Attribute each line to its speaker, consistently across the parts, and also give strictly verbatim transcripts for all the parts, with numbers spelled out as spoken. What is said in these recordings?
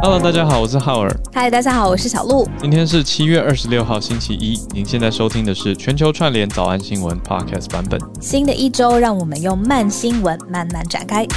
Speaker 1: Hello， 大家好，我是浩尔。
Speaker 2: 嗨，大家好，我是小鹿。
Speaker 1: 今天是七月二十六号，星期一。您现在收听的是全球串联早安新闻 Podcast 版本。
Speaker 2: 新的一周，让我们用慢新闻慢慢展开。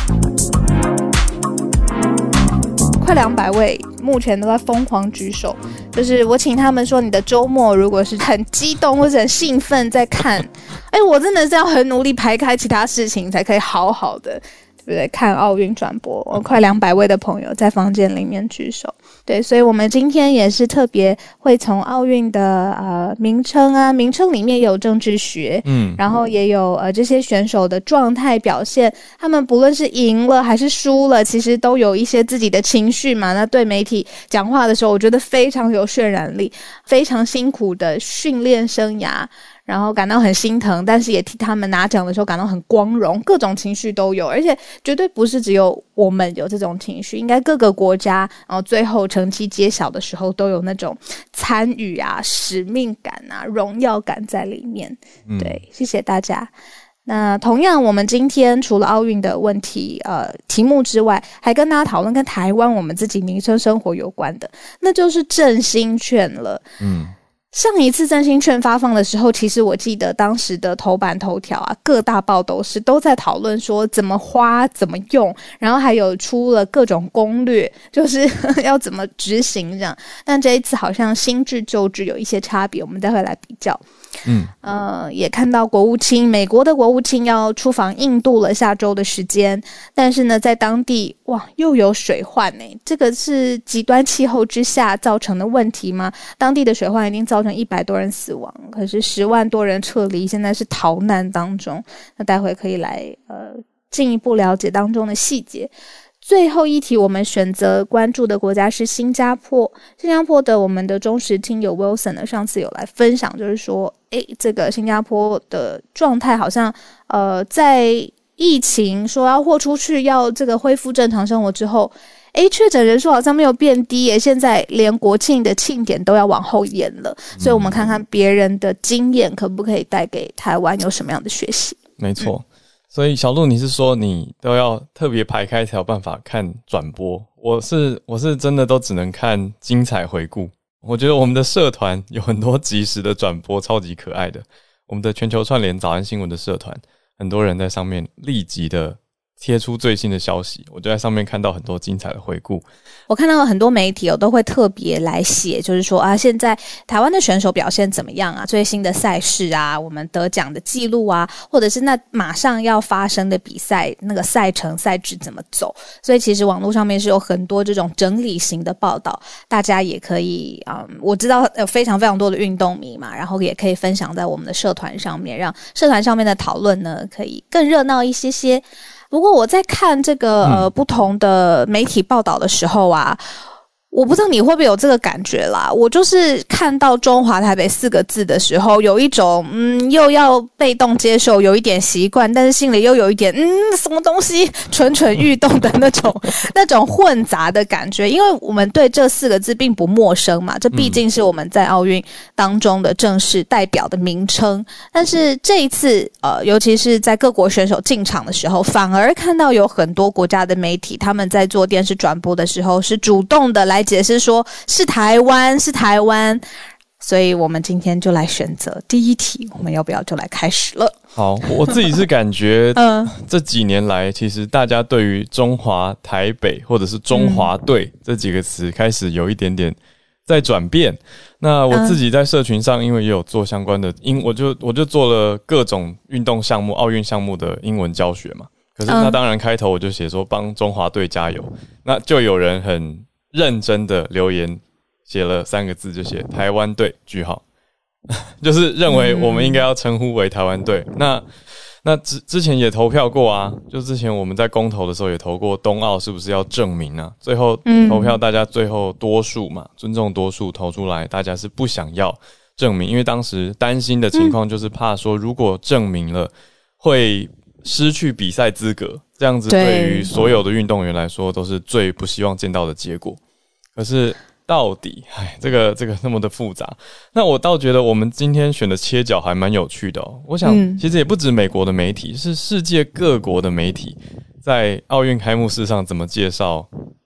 Speaker 2: 快两百位目前都在疯狂举手，就是我请他们说，你的周末如果是很激动或者很兴奋在看，哎，我真的是要很努力排开其他事情，才可以好好的，对不对？看奥运转播。我快两百位的朋友在房间里面举手，对，所以我们今天也是特别会从奥运的呃名称啊，名称里面也有政治学，嗯，然后也有呃这些选手的状态表现，他们不论是赢了还是输了，其实都有一些自己的情绪嘛。那对媒体讲话的时候，我觉得非常有渲染力，非常辛苦的训练生涯。然后感到很心疼，但是也替他们拿奖的时候感到很光荣，各种情绪都有，而且绝对不是只有我们有这种情绪，应该各个国家，然后最后成绩揭晓的时候都有那种参与啊、使命感啊、荣耀感在里面。嗯、对，谢谢大家。那同样，我们今天除了奥运的问题呃题目之外，还跟大家讨论跟台湾我们自己民生生活有关的，那就是振兴券了。嗯。上一次振兴券发放的时候，其实我记得当时的头版头条啊，各大报都是都在讨论说怎么花、怎么用，然后还有出了各种攻略，就是要怎么执行这样。但这一次好像新制旧制有一些差别，我们待会来比较。嗯，呃，也看到国务卿，美国的国务卿要出访印度了，下周的时间。但是呢，在当地哇，又有水患呢。这个是极端气候之下造成的问题吗？当地的水患已经造成一百多人死亡，可是十万多人撤离，现在是逃难当中。那待会可以来呃进一步了解当中的细节。最后一题，我们选择关注的国家是新加坡。新加坡的我们的忠实听友 Wilson 呢，上次有来分享，就是说，诶，这个新加坡的状态好像，呃，在疫情说要豁出去，要这个恢复正常生活之后，诶，确诊人数好像没有变低耶，现在连国庆的庆典都要往后延了。所以我们看看别人的经验可不可以带给台湾有什么样的学习？
Speaker 1: 没错。嗯，所以小鹿，你是说你都要特别排开才有办法看转播？我是我是真的都只能看精彩回顾。我觉得我们的社团有很多即时的转播，超级可爱的。我们的全球串联早安新闻的社团，很多人在上面立即的贴出最新的消息，我就在上面看到很多精彩的回顾。
Speaker 2: 我看到很多媒体、哦、都会特别来写，就是说啊，现在台湾的选手表现怎么样啊？最新的赛事啊，我们得奖的记录啊，或者是那马上要发生的比赛那个赛程赛制怎么走？所以其实网络上面是有很多这种整理型的报道，大家也可以嗯，我知道有非常非常多的运动迷嘛，然后也可以分享在我们的社团上面，让社团上面的讨论呢可以更热闹一些些。不过我在看这个呃不同的媒体报道的时候啊，我不知道你会不会有这个感觉啦。我就是看到中华台北四个字的时候，有一种嗯又要被动接受，有一点习惯，但是心里又有一点嗯什么东西蠢蠢欲动的那种那种混杂的感觉。因为我们对这四个字并不陌生嘛，这毕竟是我们在奥运当中的正式代表的名称。但是这一次呃，尤其是在各国选手进场的时候，反而看到有很多国家的媒体，他们在做电视转播的时候是主动的来解释说是台湾是台湾，所以我们今天就来选择第一题，我们要不要就来开始了？
Speaker 1: 好，我自己是感觉这几年来其实大家对于中华台北或者是中华队这几个词开始有一点点在转变。那我自己在社群上因为也有做相关的英，我就我就做了各种运动项目奥运项目的英文教学嘛。可是那当然开头我就写说帮中华队加油，那就有人很认真的留言写了三个字，就写台湾队句号就是认为我们应该要称呼为台湾队。那那之之前也投票过啊，就之前我们在公投的时候也投过冬奥是不是要正名啊，最后投票大家最后多数嘛，尊重多数投出来，大家是不想要正名，因为当时担心的情况就是怕说如果正名了会失去比赛资格，这样子对于所有的运动员来说都是最不希望见到的结果。可是到底唉这个这个那么的复杂，那我倒觉得我们今天选的切角还蛮有趣的哦。我想其实也不止美国的媒体，是世界各国的媒体在奥运开幕式上怎么介绍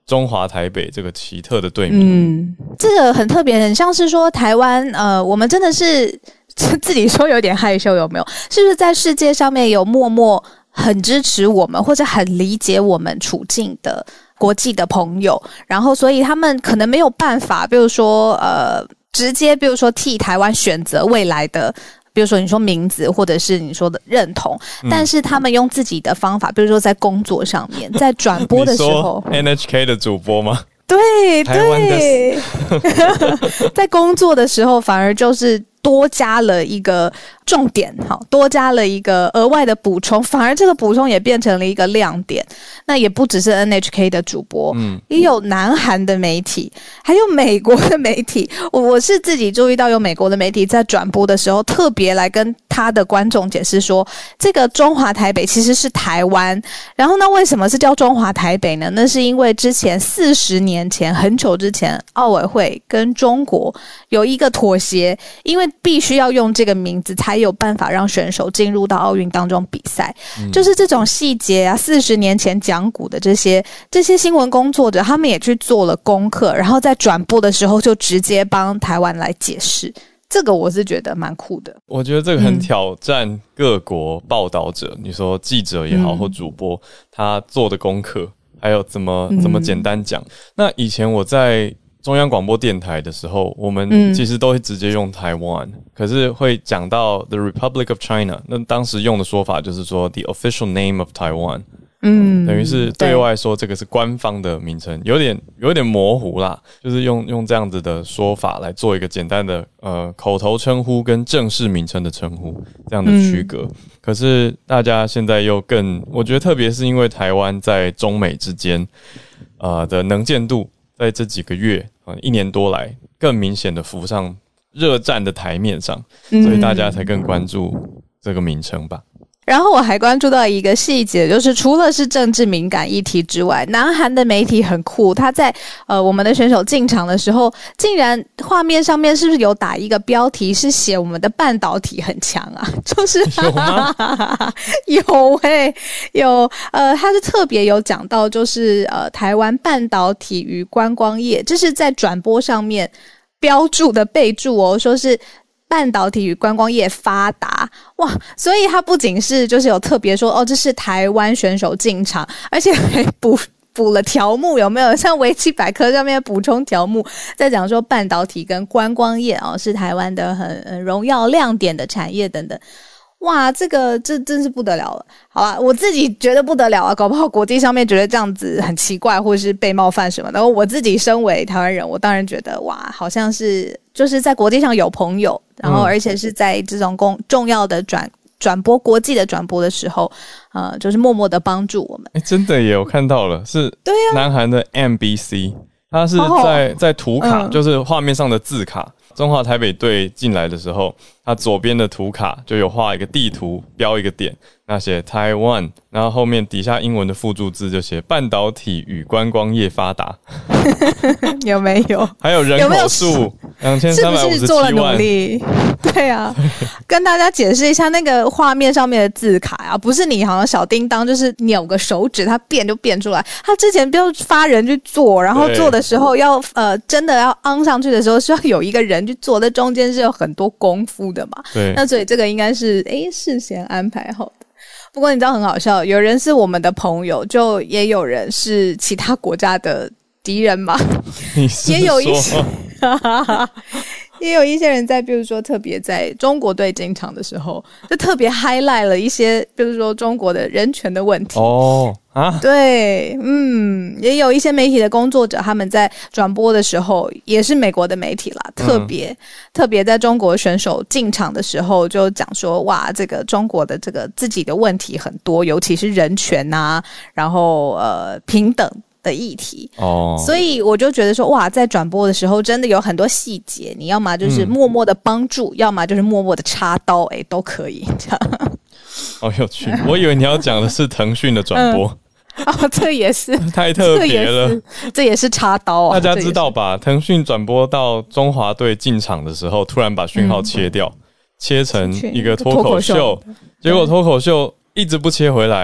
Speaker 1: 中华台北这个奇特的队名。
Speaker 2: 嗯，这个很特别，很像是说台湾，呃，我们真的是自己说有点害羞，有没有？是不是在世界上面有默默很支持我们，或者很理解我们处境的国际的朋友？然后，所以他们可能没有办法，比如说，呃，直接，比如说替台湾选择未来的。比如说你说名字，或者是你说的认同，嗯、但是他们用自己的方法，比如说在工作上面，在转播的时候
Speaker 1: 你说 N H K 的主播吗？
Speaker 2: 对对，在工作的时候反而就是多加了一个重点，好，多加了一个额外的补充，反而这个补充也变成了一个亮点。那也不只是 N H K 的主播，嗯，也有南韩的媒体，还有美国的媒体。我我是自己注意到有美国的媒体在转播的时候，特别来跟他的观众解释说，这个中华台北其实是台湾。然后呢，为什么是叫中华台北呢？那是因为之前四十年前，很久之前，奥委会跟中国有一个妥协，因为必须要用这个名字才有办法让选手进入到奥运当中比赛。嗯、就是这种细节啊，四十年前讲古的这些这些新闻工作者，他们也去做了功课，然后在转播的时候就直接帮台湾来解释。这个我是觉得蛮酷的。
Speaker 1: 我觉得这个很挑战各国报道者，嗯、你说记者也好，嗯、或主播他做的功课，还有怎么怎么简单讲。嗯、那以前我在中央广播电台的时候，我们其实都会直接用台湾，嗯、可是会讲到 The Republic of China， 那当时用的说法就是说 The official name of Taiwan。嗯，等于是对外说这个是官方的名称，有点有点模糊啦，就是用用这样子的说法来做一个简单的呃口头称呼跟正式名称的称呼这样的区隔。嗯、可是大家现在又更，我觉得特别是因为台湾在中美之间呃的能见度，在这几个月啊、呃、一年多来更明显的浮上热战的台面上，所以大家才更关注这个名称吧。
Speaker 2: 然后我还关注到一个细节，就是除了是政治敏感议题之外，南韩的媒体很酷，他在呃我们的选手进场的时候，竟然画面上面是不是有打一个标题，是写我们的半导体很强啊？就是
Speaker 1: 有吗？
Speaker 2: 有诶、欸，有呃，他是特别有讲到，就是呃台湾半导体与观光业，这是在转播上面标注的备注哦，说是。半导体与观光业发达，哇！所以他不仅是就是有特别说哦，这是台湾选手进场，而且还补补了条目，有没有？像维基百科上面补充条目，在讲说半导体跟观光业哦是台湾的很很荣耀亮点的产业等等。哇，这个这真是不得了了！好吧，我自己觉得不得了啊，搞不好国际上面觉得这样子很奇怪，或者是被冒犯什么的。然后我自己身为台湾人，我当然觉得哇，好像是就是在国际上有朋友，然后而且是在这种公重要的转转播国际的转播的时候，呃，就是默默的帮助我们。
Speaker 1: 哎，真的耶，我看到了，是对啊，南韩的 M B C， 它是在在图卡，嗯、就是画面上的字卡。中华台北队进来的时候，它左边的图卡就有画一个地图，标一个点，那写 Taiwan， 然后后面底下英文的附注字就写半导体与观光业发达。
Speaker 2: 有没有？
Speaker 1: 还有人口数两千三百五十七万，是不是做了努力？
Speaker 2: 对啊，跟大家解释一下那个画面上面的字卡啊，不是你好像小叮当，就是扭个手指它变就变出来。它之前不要发人去做，然后做的时候要呃真的要昂上去的时候，需要有一个人去做，在中间是有很多功夫的嘛。
Speaker 1: 对，
Speaker 2: 那所以这个应该是诶事先安排好的。不过你知道很好笑，有人是我们的朋友，就也有人是其他国家的敌人嘛。
Speaker 1: 你是
Speaker 2: 也有一些也有一些人在比如说特别在中国队进场的时候，就特别 highlight 了一些比如说中国的人权的问题。
Speaker 1: 哦啊，
Speaker 2: 对，嗯，也有一些媒体的工作者，他们在转播的时候，也是美国的媒体啦，特别、嗯、特别在中国选手进场的时候就讲说，哇，这个中国的这个自己的问题很多，尤其是人权啊，然后呃平等的议题哦，所以我就觉得说，哇，在转播的时候真的有很多细节，你要么就是默默的帮助，嗯、要么就是默默的插刀，哎，都可以这样。
Speaker 1: 好有趣，我以为你要讲的是腾讯的转播。
Speaker 2: 嗯、哦，这也是
Speaker 1: 太特别了，这 也,
Speaker 2: 这也是插刀啊！
Speaker 1: 大家知道吧？腾讯转播到中华队进场的时候，突然把讯号切掉，嗯、切成一个脱口秀，结果脱口秀一直不切回来。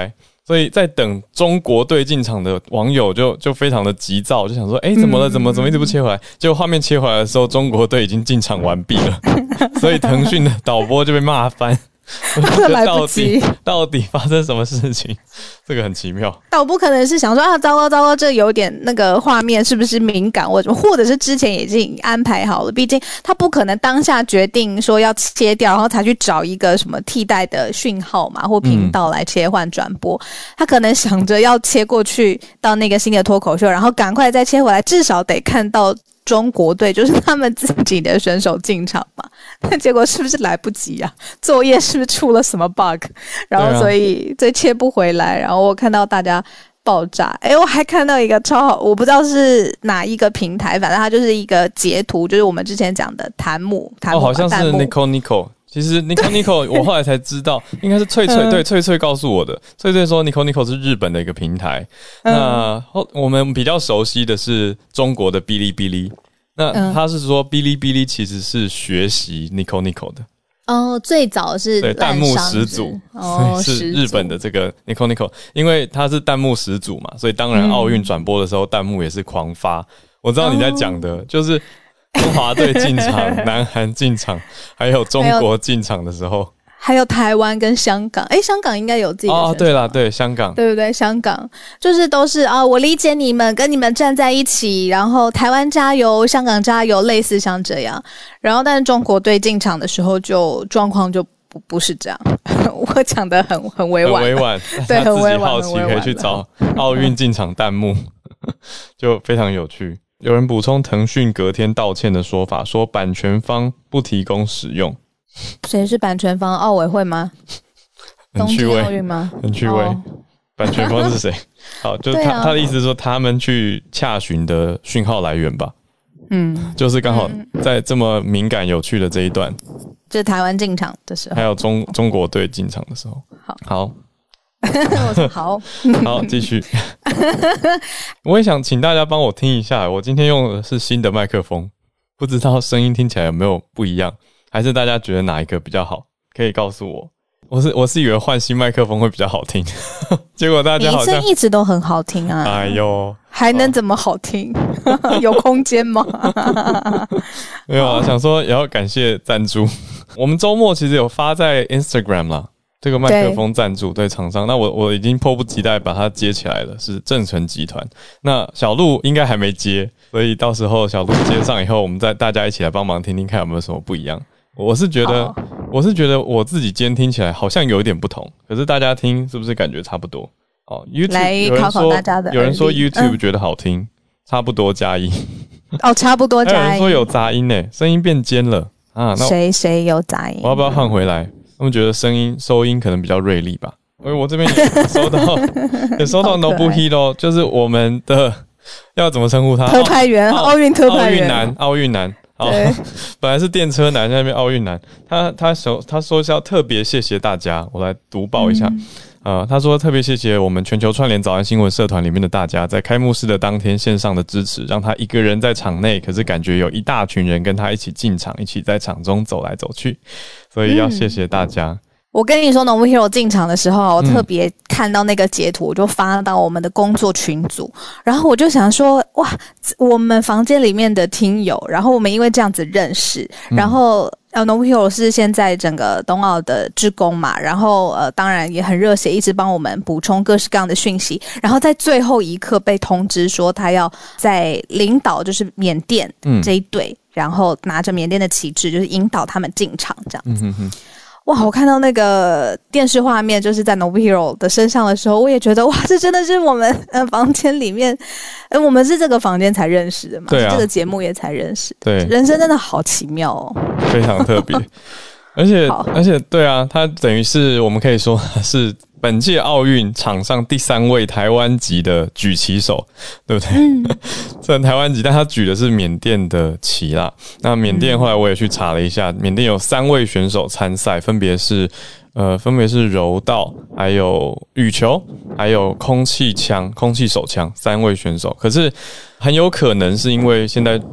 Speaker 1: 所以在等中国队进场的网友就就非常的急躁，就想说，哎、欸，怎么了？怎么怎么一直不切回来？结果画面切回来的时候，中国队已经进场完毕了，所以腾讯的导播就被骂翻。
Speaker 2: 来不及，
Speaker 1: 到底发生什么事情？这个很奇妙。
Speaker 2: 导播可能是想说啊，糟糕糟糕，这有点那个画面是不是敏感，或者或者是之前已经安排好了，毕竟他不可能当下决定说要切掉，然后才去找一个什么替代的讯号嘛或频道来切换转播、嗯。他可能想着要切过去到那个新的脱口秀，然后赶快再切回来，至少得看到中国队就是他们自己的选手进场嘛，但结果是不是来不及啊？作业是不是出了什么 bug？ 然后所以这切不回来，然后我看到大家爆炸。诶，我还看到一个超好，我不知道是哪一个平台，反正它就是一个截图，就是我们之前讲的弹幕，弹幕
Speaker 1: 哦，好像是 Nico Nico。其实 Nico Nico 我后来才知道应该是翠翠、嗯、对翠翠告诉我的。翠翠说 Nico Nico 是日本的一个平台、嗯、那我们比较熟悉的是中国的哔哩哔哩，那他是说哔哩哔哩其实是学习 Nico Nico 的
Speaker 2: 哦，最早是
Speaker 1: 对弹幕始祖、哦、所以是日本的这个 Nico Nico， 因为他是弹幕始祖嘛，所以当然奥运转播的时候弹幕也是狂发。我知道你在讲的、哦、就是中华队进场南韩进场还有中国进场的时候，
Speaker 2: 还有台湾跟香港，诶，香港应该有自己的
Speaker 1: 哦，对啦，对，香港，
Speaker 2: 对不对？香港就是都是啊、哦，我理解你们，跟你们站在一起，然后台湾加油，香港加油，类似像这样。然后，但是中国队进场的时候就状况就不不是这样。我讲的很很委婉，
Speaker 1: 很委婉，
Speaker 2: 对，很委婉，
Speaker 1: 好奇可以去找奥运进场弹幕，就非常有趣。有人补充腾讯隔天道歉的说法，说版权方不提供使用。
Speaker 2: 谁是版权方？奥委会吗？
Speaker 1: 很趣味，
Speaker 2: 东京奥运吗？
Speaker 1: 很趣味。哦、版权方是谁？好，就是他、啊、他的意思是说他们去洽询的讯号来源吧。嗯，就是刚好在这么敏感有趣的这一段，
Speaker 2: 就是台湾进场的时候，
Speaker 1: 还有中中国队进场的时候。
Speaker 2: 好，
Speaker 1: 好。
Speaker 2: 我说好，
Speaker 1: 好，继续。我也想请大家帮我听一下，我今天用的是新的麦克风，不知道声音听起来有没有不一样，还是大家觉得哪一个比较好？可以告诉我。我是我是以为换新麦克风会比较好听，结果大家好像
Speaker 2: 你声音一直都很好听啊！
Speaker 1: 哎呦，
Speaker 2: 还能怎么好听？有空间吗？
Speaker 1: 没有啊，想说也要感谢赞助。我们周末其实有发在 Instagram 啦。这个麦克风赞助对厂商，那我我已经迫不及待把它接起来了，是正成集团。那小鹿应该还没接，所以到时候小鹿接上以后，我们再大家一起来帮忙听听看有没有什么不一样。我是觉得，我是觉得我自己监听起来好像有一点不同，可是大家听是不是感觉差不多？哦 ，YouTube
Speaker 2: 来考考大家的，
Speaker 1: 有人说 YouTube 觉得好听，嗯、差不多加一。
Speaker 2: 哦，差不多加一。
Speaker 1: 有人说有杂音诶，声音变尖了啊。那
Speaker 2: 谁谁有杂音？
Speaker 1: 我要不要换回来？他们觉得声音收音可能比较锐利吧，因为我这边也收到也收到 Nobuhiro， 就是我们的要怎么称呼他？
Speaker 2: 特派员，奥运特派员，
Speaker 1: 奥运男，奥运男。好，本来是电车男，在那边奥运男。他他说他说是要特别谢谢大家，我来读报一下。嗯呃，他说特别谢谢我们全球串联早安新闻社团里面的大家，在开幕式的当天线上的支持，让他一个人在场内，可是感觉有一大群人跟他一起进场，一起在场中走来走去，所以要谢谢大家。嗯，
Speaker 2: 我跟你说 Nobuhiro 进场的时候，我特别看到那个截图，我就发到我们的工作群组，然后我就想说，哇，我们房间里面的听友，然后我们因为这样子认识，然后呃 Nobuhiro 是现在整个冬奥的志工嘛，然后呃当然也很热血，一直帮我们补充各式各样的讯息，然后在最后一刻被通知说他要在领导就是缅甸这一队，嗯，然后拿着缅甸的旗帜，就是引导他们进场这样子。嗯哼哼，哇！我看到那个电视画面，就是在 Nobuhiro 的身上的时候，我也觉得哇，这真的是我们呃房间里面，呃，我们是这个房间才认识的嘛，
Speaker 1: 对啊，
Speaker 2: 是这个节目也才认识，
Speaker 1: 对，
Speaker 2: 人生真的好奇妙哦，
Speaker 1: 非常特别，而且而且对啊，他等于是我们可以说是本届奥运场上第三位台湾籍的举旗手，对不对？嗯，虽然台湾籍，但他举的是缅甸的旗啦。那缅甸后来我也去查了一下，缅甸有三位选手参赛，分别是呃，分别是柔道、还有羽球、还有空气枪、空气手枪三位选手。可是很有可能是因为现在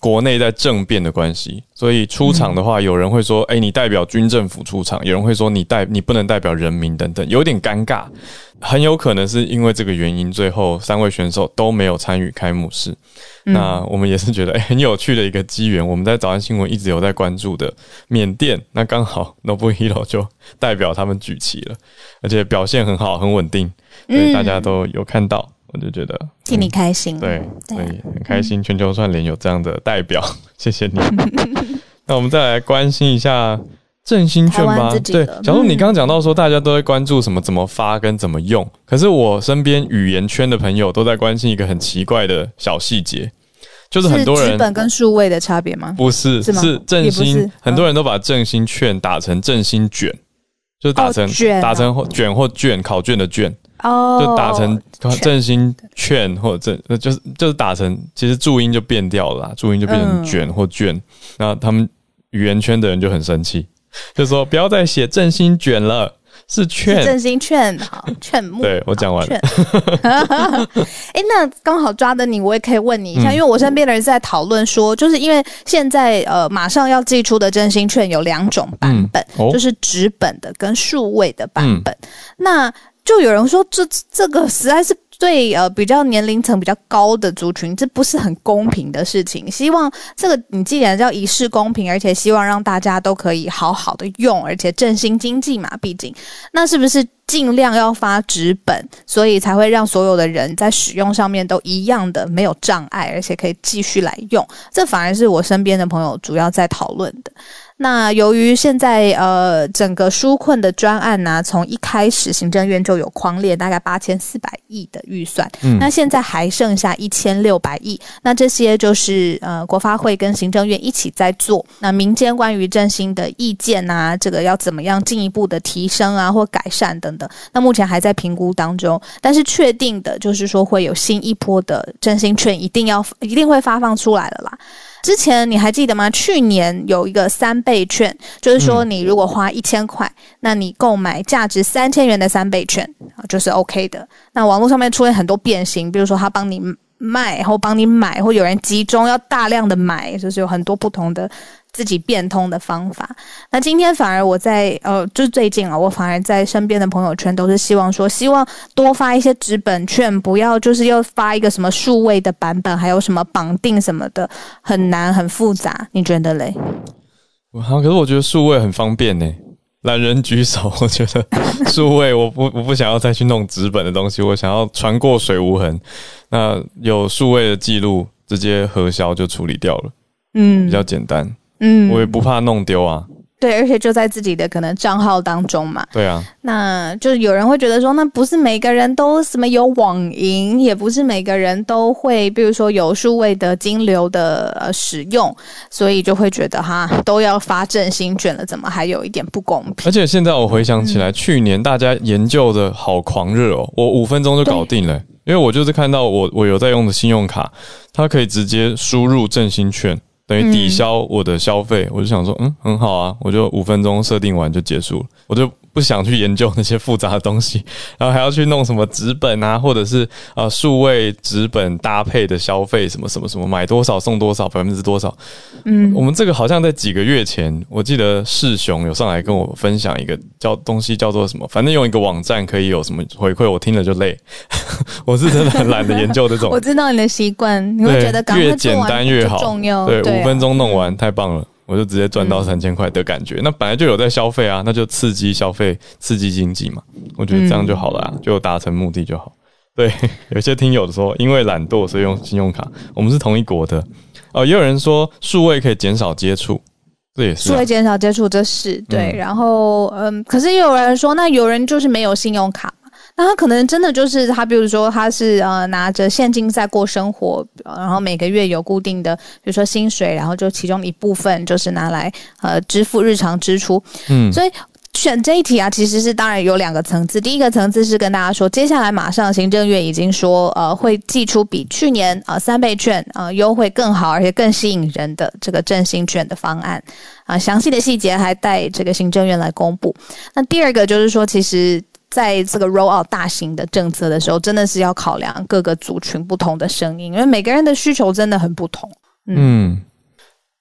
Speaker 1: 国内在政变的关系，所以出场的话，有人会说，哎、欸，你代表军政府出场，有人会说你代你不能代表人民等等，有点尴尬。很有可能是因为这个原因，最后三位选手都没有参与开幕式。嗯、那我们也是觉得、欸、很有趣的一个机缘，我们在早安新闻一直有在关注的缅甸，那刚好 Nobuhiro 就代表他们举旗了，而且表现很好，很稳定，所以大家都有看到。嗯，我就觉得
Speaker 2: 替你开心、嗯、
Speaker 1: 对，所以很开心全球串联有这样的代表、嗯、谢谢你那我们再来关心一下振兴券吧。对，假如你刚刚讲到说大家都会关注什么怎么发跟怎么用，可是我身边语言圈的朋友都在关心一个很奇怪的小细节，就是很多人
Speaker 2: 是纸本跟数位的差别吗？
Speaker 1: 不是，是, 是振兴，很多人都把振兴券打成振兴卷，就是打成、哦卷啊、打成卷或卷，考卷的卷。哦，就打成振兴券或者振，就是就是打成，其实注音就变掉了啦，注音就变成卷或卷。嗯、那他们语言圈的人就很生气，就说不要再写振兴卷了，是券，
Speaker 2: 是振兴券，好，券目。
Speaker 1: 对，我讲完了。
Speaker 2: 哎，那刚好抓的你，我也可以问你一下，嗯、因为我身边的人在讨论说，就是因为现在呃马上要寄出的振兴券有两种版本，嗯哦、就是纸本的跟数位的版本，嗯、那。就有人说这这个实在是对呃比较年龄层比较高的族群，这不是很公平的事情。希望这个你既然叫一视公平，而且希望让大家都可以好好的用，而且振兴经济嘛，毕竟那是不是尽量要发纸本，所以才会让所有的人在使用上面都一样的没有障碍，而且可以继续来用。这反而是我身边的朋友主要在讨论的。那由于现在呃整个纾困的专案呢、啊，从一开始行政院就有匡列大概八千四百亿的预算，嗯，那现在还剩下一千六百亿，那这些就是呃国发会跟行政院一起在做。那民间关于振兴的意见啊，这个要怎么样进一步的提升啊或改善等等，那目前还在评估当中。但是确定的就是说会有新一波的振兴券，一定要一定会发放出来了啦。之前你还记得吗？去年有一个三倍券，就是说你如果花一千块，那你购买价值三千元的三倍券，就是 OK 的。那网络上面出现很多变形，比如说他帮你卖，或帮你买，或有人集中要大量的买，就是有很多不同的自己变通的方法。那今天反而我在呃，就是最近啊，我反而在身边的朋友圈都是希望说，希望多发一些纸本券，不要就是又发一个什么数位的版本，还有什么绑定什么的，很难很复杂。你觉得嘞？
Speaker 1: 可是我觉得数位很方便呢。懒人举手，我觉得数位我不我不想要再去弄纸本的东西，我想要船过水无痕。那有数位的记录，直接核销就处理掉了，嗯，比较简单，嗯，我也不怕弄丢啊。
Speaker 2: 对，而且就在自己的可能账号当中嘛。
Speaker 1: 对啊，
Speaker 2: 那就是有人会觉得说，那不是每个人都什么有网银，也不是每个人都会，比如说有数位的金流的呃使用，所以就会觉得哈，都要发振兴券了，怎么还有一点不公平？
Speaker 1: 而且现在我回想起来，嗯、去年大家研究的好狂热哦，我五分钟就搞定了，因为我就是看到我我有在用的信用卡，它可以直接输入振兴券。等于抵消我的消费，嗯、我就想说，嗯，很好啊，我就五分钟设定完就结束了，我就不想去研究那些复杂的东西，然后还要去弄什么纸本啊，或者是呃数位纸本搭配的消费什么什么什么，买多少送多少，百分之多少。嗯，我们这个好像在几个月前，我记得世雄有上来跟我分享一个叫东西叫做什么，反正用一个网站可以有什么回馈，我听了就累。我是真的很懒得研究这种。
Speaker 2: 我知道你的习惯，你会觉得赶快做完越好，重要。
Speaker 1: 对，五分钟弄完太棒了。我就直接赚到三千块的感觉、嗯，那本来就有在消费啊，那就刺激消费，刺激经济嘛。我觉得这样就好了啊，嗯、就达成目的就好。对，有些听友说因为懒惰所以用信用卡，我们是同一国的。哦、呃，也有人说数位可以减少接触，这也是、啊。数位减少接触，这是对。嗯、然后嗯，可是也有人说，那有人就是没有信用卡。那他可能真的就是他，比如说他是呃拿着现金在过生活，然后每个月有固定的，比如说薪水，然后就其中一部分就是拿来呃支付日常支出。嗯，所以选这一题啊，其实是当然有两个层次。第一个层次是跟大家说，接下来马上行政院已经说呃会祭出比去年呃三倍券呃优惠更好，而且更吸引人的这个振兴券的方案啊、呃，详细的细节还待这个行政院来公布。那第二个就是说，其实。在这个 roll out 大型的政策的时候，真的是要考量各个族群不同的声音，因为每个人的需求真的很不同。 嗯，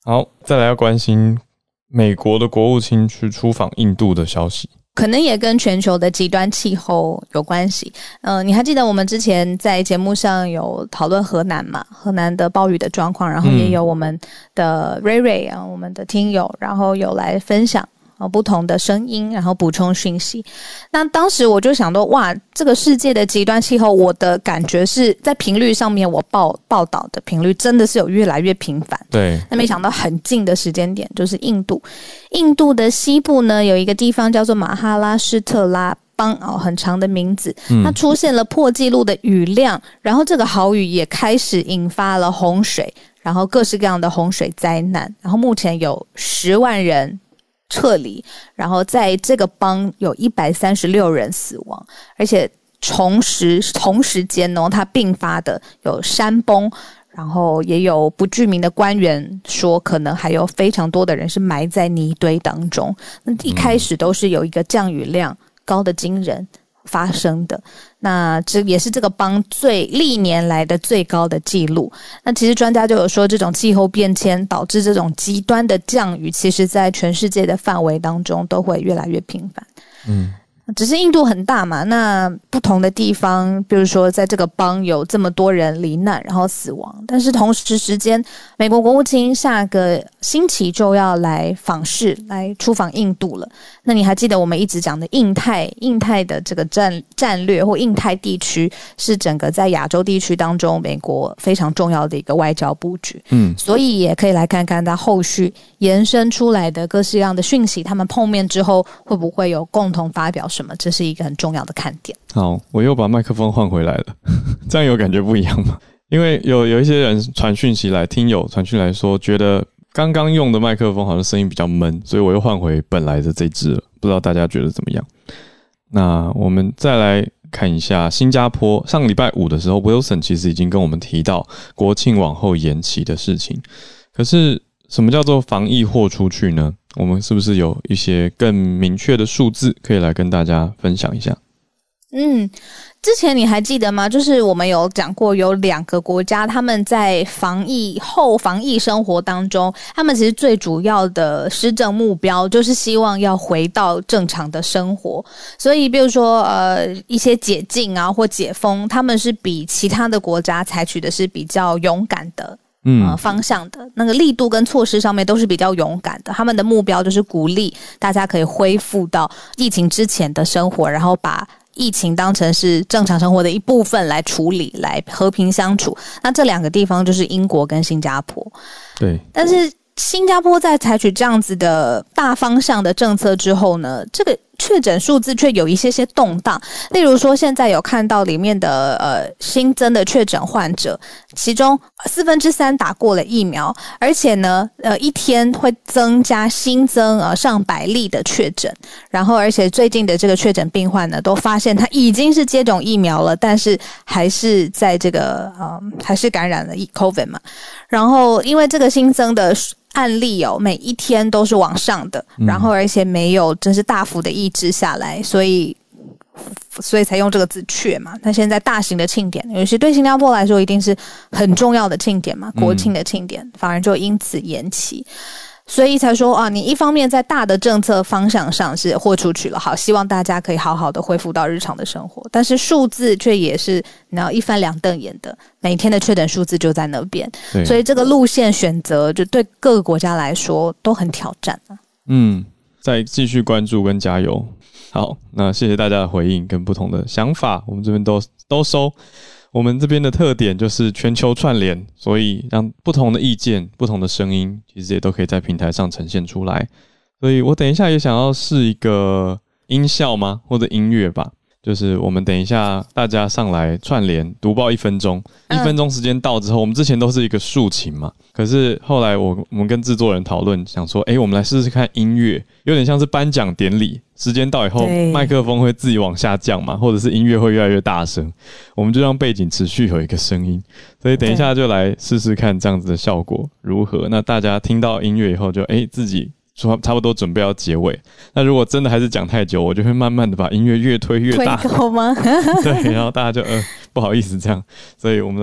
Speaker 1: 好，再来要关心美国的国务卿去出访印度的消息，
Speaker 2: 可能也跟全球的极端气候有关系。嗯、呃，你还记得我们之前在节目上有讨论河南嘛？河南的暴雨的状况，然后也有我们的瑞瑞啊，我们的听友，然后有来分享不同的声音，然后补充讯息。那当时我就想到，哇，这个世界的极端气候，我的感觉是在频率上面，我报报道的频率真的是有越来越频繁。
Speaker 1: 对，
Speaker 2: 那没想到很近的时间点就是印度，印度的西部呢有一个地方叫做马哈拉施特拉邦哦，很长的名字，它出现了破纪录的雨量，然后这个豪雨也开始引发了洪水，然后各式各样的洪水灾难，然后目前有十万人撤离，然后在这个邦有一百三十六人死亡，而且同时同时间哦，它并发的有山崩，然后也有不具名的官员说，可能还有非常多的人是埋在泥堆当中。那一开始都是有一个降雨量高的惊人发生的，那这也是这个邦最历年来的最高的记录。那其实专家就有说，这种气候变迁导致这种极端的降雨，其实在全世界的范围当中都会越来越频繁。嗯。只是印度很大嘛，那不同的地方，比如说在这个邦有这么多人罹难然后死亡，但是同时时间，美国国务卿下个星期就要来访视，来出访印度了。那你还记得我们一直讲的印太印太的这个战战略或印太地区，是整个在亚洲地区当中美国非常重要的一个外交布局。嗯，所以也可以来看看它后续延伸出来的各式各样的讯息，他们碰面之后会不会有共同发表什么，这是一个很重要的看点。
Speaker 1: 好，我又把麦克风换回来了，这样有感觉不一样吗？因为有有一些人传讯息来，听友传讯来说，觉得刚刚用的麦克风好像声音比较闷，所以我又换回本来的这支了，不知道大家觉得怎么样？那我们再来看一下新加坡，上个礼拜五的时候 Wilson 其实已经跟我们提到国庆往后延期的事情，可是什么叫做防疫豁出去呢？我们是不是有一些更明确的数字可以来跟大家分享一下？
Speaker 2: 嗯，之前你还记得吗？就是我们有讲过，有两个国家他们在防疫后防疫生活当中，他们其实最主要的施政目标就是希望要回到正常的生活。所以比如说呃一些解禁啊或解封，他们是比其他的国家采取的是比较勇敢的嗯、呃，方向的那个力度跟措施上面都是比较勇敢的，他们的目标就是鼓励大家可以恢复到疫情之前的生活，然后把疫情当成是正常生活的一部分来处理，来和平相处。那这两个地方就是英国跟新加坡。
Speaker 1: 对，
Speaker 2: 但是新加坡在采取这样子的大方向的政策之后呢，这个确诊数字却有一些些动荡。例如说现在有看到里面的呃新增的确诊患者，其中四分之三打过了疫苗，而且呢呃一天会增加新增呃上百例的确诊，然后而且最近的这个确诊病患呢都发现他已经是接种疫苗了，但是还是在这个呃还是感染了 COVID 嘛。然后因为这个新增的案例哦，每一天都是往上的，然后而且没有真是大幅的抑制下来，所以所以才用这个字确嘛。那现在大型的庆典，尤其对新加坡来说一定是很重要的庆典嘛，国庆的庆典，反而就因此延期。所以才说啊，你一方面在大的政策方向上是豁出去了，好，希望大家可以好好的恢复到日常的生活，但是数字却也是你要一翻两瞪眼的，每天的确诊数字就在那边，所以这个路线选择就对各个国家来说都很挑战啊。
Speaker 1: 嗯，再继续关注跟加油。好，那谢谢大家的回应跟不同的想法，我们这边都都收。我们这边的特点就是全球串联，所以让不同的意见、不同的声音，其实也都可以在平台上呈现出来。所以我等一下也想要试一个音效吗？或者音乐吧。就是我们等一下大家上来串联读报一分钟，一分钟时间到之后，我们之前都是一个抒情嘛，可是后来我我们跟制作人讨论，想说，哎，我们来试试看音乐，有点像是颁奖典礼，时间到以后，麦克风会自己往下降嘛，或者是音乐会越来越大声，我们就让背景持续有一个声音，所以等一下就来试试看这样子的效果如何。那大家听到音乐以后就，哎，自己说差不多准备要结尾，那如果真的还是讲太久，我就会慢慢的把音乐越推越大，
Speaker 2: 推高吗？
Speaker 1: 对，然后大家就呃不好意思这样，所以我们来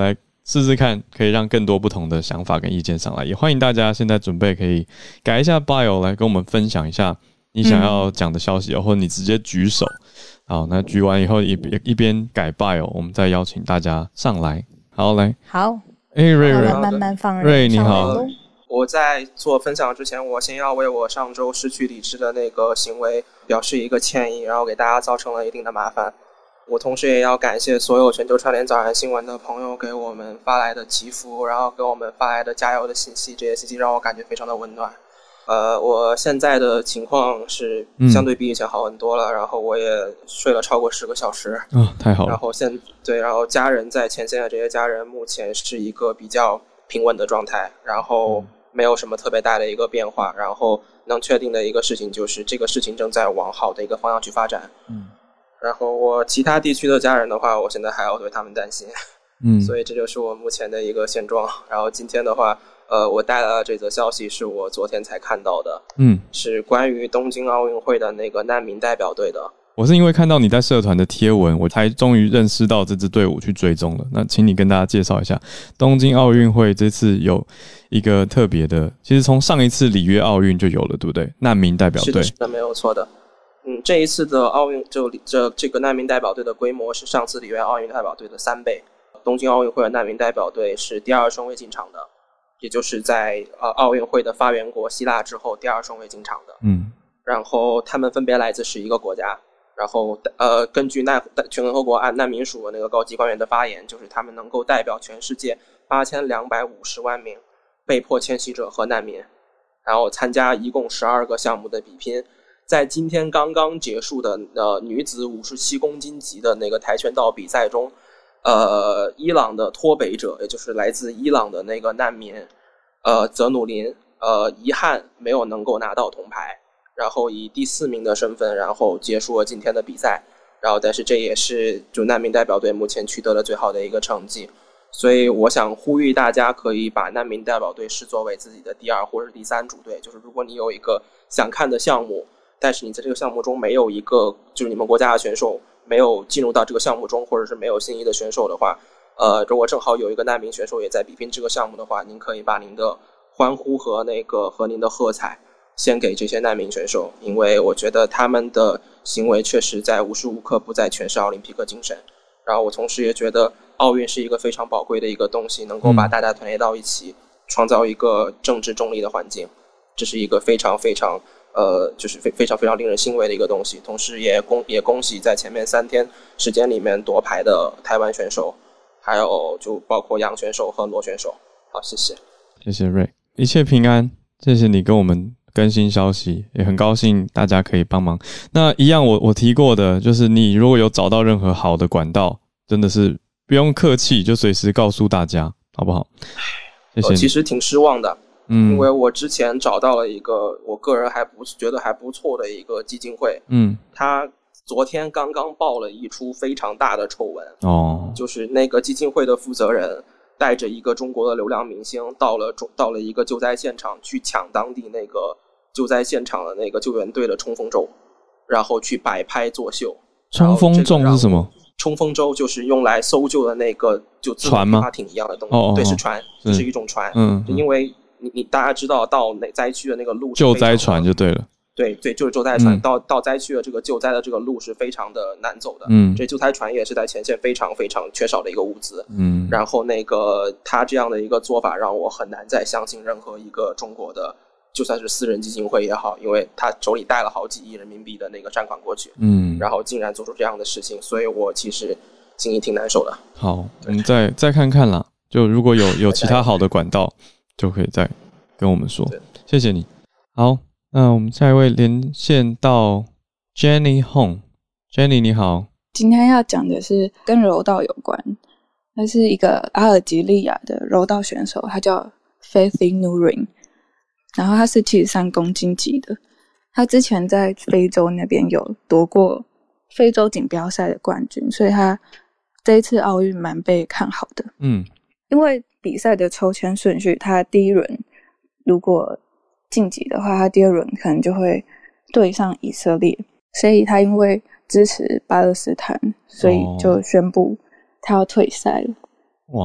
Speaker 1: 试试看，可以让更多不同的想法跟意见上来。也欢迎大家现在准备可以改一下 bio 来跟我们分享一下你想要讲的消息、嗯、或者你直接举手。好，那举完以后 一, 一边改 bio， 我们再邀请大家上来。好，来，
Speaker 2: 好，
Speaker 1: 哎、欸，瑞瑞，
Speaker 2: 慢慢放
Speaker 1: 瑞，你好。
Speaker 3: 我在做分享之前，我先要为我上周失去理智的那个行为表示一个歉意，然后给大家造成了一定的麻烦。我同时也要感谢所有全球串联早安新闻的朋友给我们发来的祈福，然后给我们发来的加油的信息，这些信息让我感觉非常的温暖。呃，我现在的情况是相对比以前好很多了，嗯、然后我也睡了超过十个小时。
Speaker 1: 啊，太好了。
Speaker 3: 然后现对，然后家人在前线的这些家人目前是一个比较平稳的状态，然后没有什么特别大的一个变化。然后能确定的一个事情就是这个事情正在往好的一个方向去发展。嗯。然后我其他地区的家人的话，我现在还要对他们担心。嗯。所以这就是我目前的一个现状。然后今天的话。呃，我带来的这则消息是我昨天才看到的，嗯，是关于东京奥运会的那个难民代表队的。
Speaker 1: 我是因为看到你在社团的贴文，我才终于认识到这支队伍去追踪了。那请你跟大家介绍一下，东京奥运会这次有一个特别的，其实从上一次里约奥运就有了，对不对？难民代表队
Speaker 3: 是的，是的，没有错的。嗯，这一次的奥运就这这个难民代表队的规模是上次里约奥运代表队的三倍。东京奥运会的难民代表队是第二顺位进场的。也就是在呃奥运会的发源国希腊之后第二顺位进场的，嗯，然后他们分别来自十一个国家，然后呃根据难全联合国按难民署的那个高级官员的发言，就是他们能够代表全世界八千两百五十万名被迫迁徙者和难民，然后参加一共十二个项目的比拼。在今天刚刚结束的呃女子五十七公斤级的那个跆拳道比赛中。呃，伊朗的脱北者，也就是来自伊朗的那个难民，呃，泽努林，呃，遗憾没有能够拿到铜牌，然后以第四名的身份，然后结束了今天的比赛。然后，但是这也是就难民代表队目前取得了最好的一个成绩。所以，我想呼吁大家可以把难民代表队视作为自己的第二或者第三主队。就是如果你有一个想看的项目，但是你在这个项目中没有一个就是你们国家的选手。没有进入到这个项目中，或者是没有心仪的选手的话，呃，如果正好有一个难民选手也在比拼这个项目的话，您可以把您的欢呼和那个和您的喝彩献给这些难民选手，因为我觉得他们的行为确实在无时无刻不在诠释奥林匹克精神。然后我同时也觉得奥运是一个非常宝贵的一个东西，能够把大家团结到一起，创造一个政治中立的环境，这是一个非常非常。呃，就是非非常非常令人欣慰的一个东西，同时也恭也恭喜在前面三天时间里面夺牌的台湾选手，还有就包括杨选手和罗选手。好，谢谢，
Speaker 1: 谢谢瑞，一切平安，谢谢你跟我们更新消息，也很高兴大家可以帮忙。那一样我我提过的，就是你如果有找到任何好的管道，真的是不用客气，就随时告诉大家，好不好？谢谢你。
Speaker 3: 我其实挺失望的。嗯，因为我之前找到了一个我个人还不觉得还不错的一个基金会，嗯，他昨天刚刚爆了一出非常大的丑闻哦，就是那个基金会的负责人带着一个中国的流量明星到了到了一个救灾现场去抢当地那个救灾现场的那个救援队的冲锋舟，然后去摆拍作秀。
Speaker 1: 冲锋舟是什么？
Speaker 3: 冲锋舟就是用来搜救的那个就
Speaker 1: 船吗？
Speaker 3: 划艇一样的东西，哦哦对，是船，是, 是一种船，嗯，就因为。你你大家知道到那灾区的那个路
Speaker 1: 救灾船就对了，
Speaker 3: 对对，就是救灾船、嗯、到到灾区的这个救灾的这个路是非常的难走的，嗯，这救灾船也是在前线非常非常缺少的一个物资，嗯，然后那个他这样的一个做法让我很难再相信任何一个中国的就算是私人基金会也好，因为他手里带了好几亿人民币的那个善款过去，嗯，然后竟然做出这样的事情，所以我其实心里挺难受的。
Speaker 1: 好，我们再再看看啦，就如果有有其他好的管道。就可以再跟我们说，谢谢你。好，那我们下一位连线到 Jenny Hong。Jenny 你好，
Speaker 4: 今天要讲的是跟柔道有关，他是一个阿尔及利亚的柔道选手，他叫 Fathi Nurin， 然后他是七十三公斤级的，他之前在非洲那边有夺过非洲锦标赛的冠军，所以他这一次奥运蛮被看好的。嗯，因为比赛的抽签顺序，他第一轮如果晋级的话，他第二轮可能就会对上以色列，所以他因为支持巴勒斯坦，所以就宣布他要退赛了。
Speaker 1: 哇，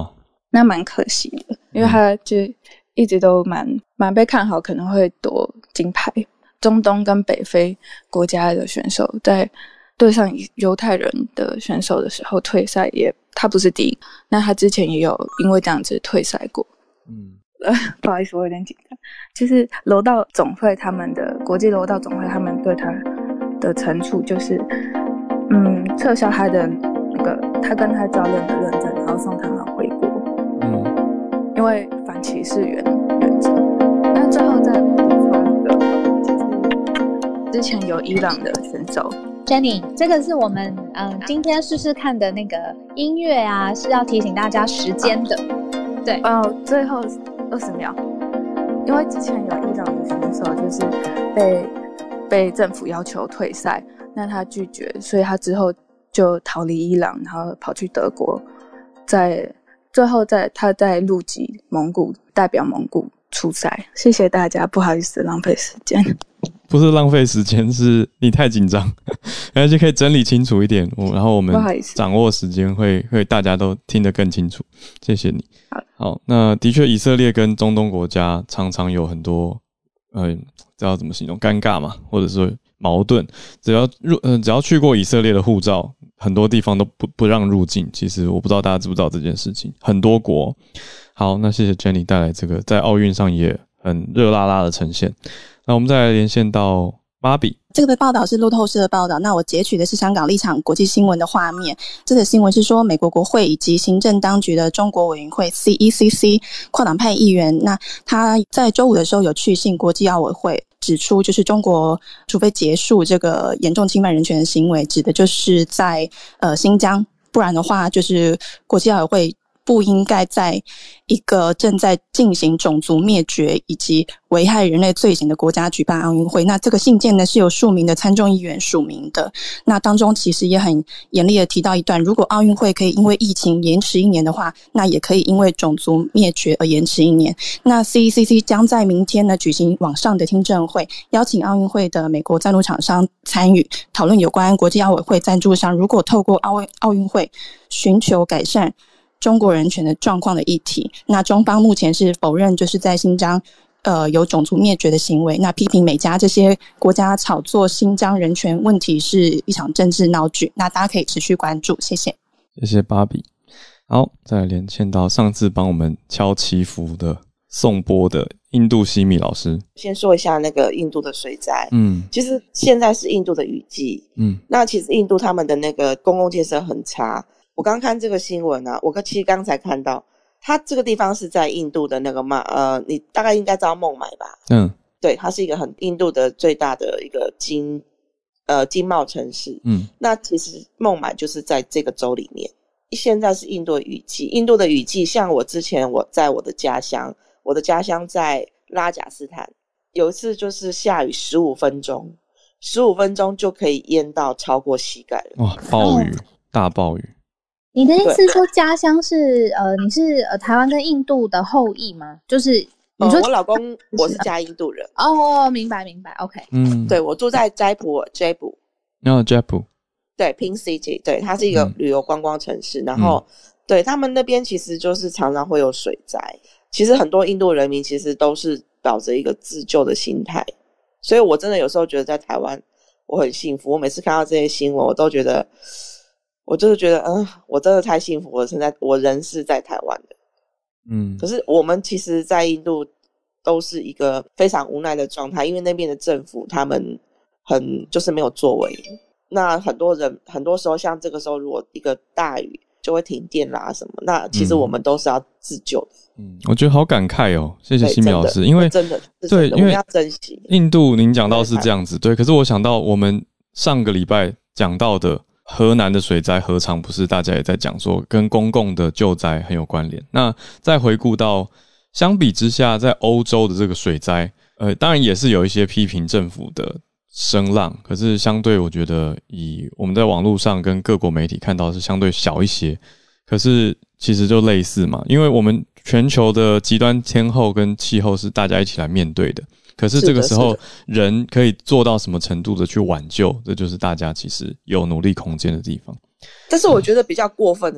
Speaker 4: 那蛮可惜的，因为他就一直都蛮蛮被看好可能会夺金牌。中东跟北非国家的选手在对上犹太人的选手的时候退赛，也他不是第一，那他之前也有因为这样子退赛过。嗯，呃，不好意思，我有点紧张。就是柔道总会他们的国际柔道总会他们对他的惩处就是，嗯，撤销他的那个他跟他教练的认证，然后送他们回国。嗯，因为反歧视原原则。那最后再补充一个，就是之前有伊朗的选手。
Speaker 2: Jenny， 这个是我们嗯、呃、今天试试看的那个音乐啊，是要提醒大家时间的。对
Speaker 4: 哦，最后二十秒，因为之前有伊朗的选手就是被被政府要求退赛，那他拒绝，所以他之后就逃离伊朗，然后跑去德国，在最后在他在陆籍蒙古代表蒙古出赛。谢谢大家，不好意思浪费时间。
Speaker 1: 不是浪费时间，是你太紧张，而且可以整理清楚一点，然后我们掌握时间会会大家都听得更清楚。谢谢你。好，好，那的确以色列跟中东国家常常有很多呃，知道怎么形容，尴尬嘛，或者说矛盾。只要入呃只要去过以色列的护照，很多地方都不不让入境。其实我不知道大家知不知道这件事情，很多国。好，那谢谢 Jenny 带来这个在奥运上也很热辣辣的呈现。那我们再来连线到芭比。
Speaker 5: 这个报道是路透社的报道，那我截取的是香港立场国际新闻的画面。这个新闻是说，美国国会以及行政当局的中国委员会 C E C C 跨党派议员，那他在周五的时候有去信国际奥委会，指出就是中国除非结束这个严重侵犯人权的行为，指的就是在呃新疆，不然的话就是国际奥委会不应该在一个正在进行种族灭绝以及危害人类罪行的国家举办奥运会。那这个信件呢是由数名的参众议员署名的。那当中其实也很严厉的提到一段，如果奥运会可以因为疫情延迟一年的话，那也可以因为种族灭绝而延迟一年。那 C E C C 将在明天呢举行网上的听证会，邀请奥运会的美国赞助厂商参与，讨论有关国际奥委会赞助商如果透过奥奥运会寻求改善中国人权的状况的议题。那中方目前是否认就是在新疆呃有种族灭绝的行为，那批评美加这些国家炒作新疆人权问题是一场政治闹剧。那大家可以持续关注，谢谢。
Speaker 1: 谢谢芭比。好，再来连线到上次帮我们敲祈福的颂钵的印度西米老师。
Speaker 6: 先说一下那个印度的水灾。嗯，其实现在是印度的雨季。嗯，那其实印度他们的那个公共建设很差。我刚看这个新闻啊，我其实刚才看到，它这个地方是在印度的那个嘛，呃，你大概应该知道孟买吧？嗯，对，它是一个很印度的最大的一个经呃经贸城市。嗯，那其实孟买就是在这个州里面。现在是印度的雨季，印度的雨季，像我之前我在我的家乡，我的家乡在拉贾斯坦，有一次就是下雨十五分钟，十五分钟就可以淹到超过膝盖了。
Speaker 1: 哇，暴雨，大暴雨。
Speaker 2: 你的意思说家乡是呃你是呃台湾跟印度的后裔吗？就是你说、
Speaker 6: 呃、我老公我是加印度人。
Speaker 2: 哦，明白明白 OK。
Speaker 6: 嗯，对，我住在斋普尔 j 普
Speaker 1: 哦 j 普
Speaker 6: 对 Pink City， 对，它是一个旅游观光城市。嗯、然后对他们那边其实就是常常会有水灾，其实很多印度人民其实都是抱着一个自救的心态，所以我真的有时候觉得在台湾我很幸福，我每次看到这些新闻我都觉得我就是觉得嗯，我真的太幸福了，现在我人是在台湾的。嗯，可是我们其实在印度都是一个非常无奈的状态，因为那边的政府他们很就是没有作为。那很多人很多时候像这个时候如果一个大雨就会停电啦什么，那其实我们都是要自救的。嗯，
Speaker 1: 我觉得好感慨哦，谢谢西米老师，因为
Speaker 6: 真的
Speaker 1: 对，因为
Speaker 6: 要珍惜。
Speaker 1: 印度您讲到是这样子，对，可是我想到我们上个礼拜讲到的河南的水灾，何尝不是大家也在讲说跟公共的救灾很有关联？那再回顾到相比之下，在欧洲的这个水灾，呃，当然也是有一些批评政府的声浪，可是相对我觉得以我们在网络上跟各国媒体看到是相对小一些，可是其实就类似嘛，因为我们全球的极端天候跟气候是大家一起来面对的，可是这个时候人可以做到什么程度的去挽救，这就是大家其实有努力空间的地方。
Speaker 6: 但是我觉得比较过分的是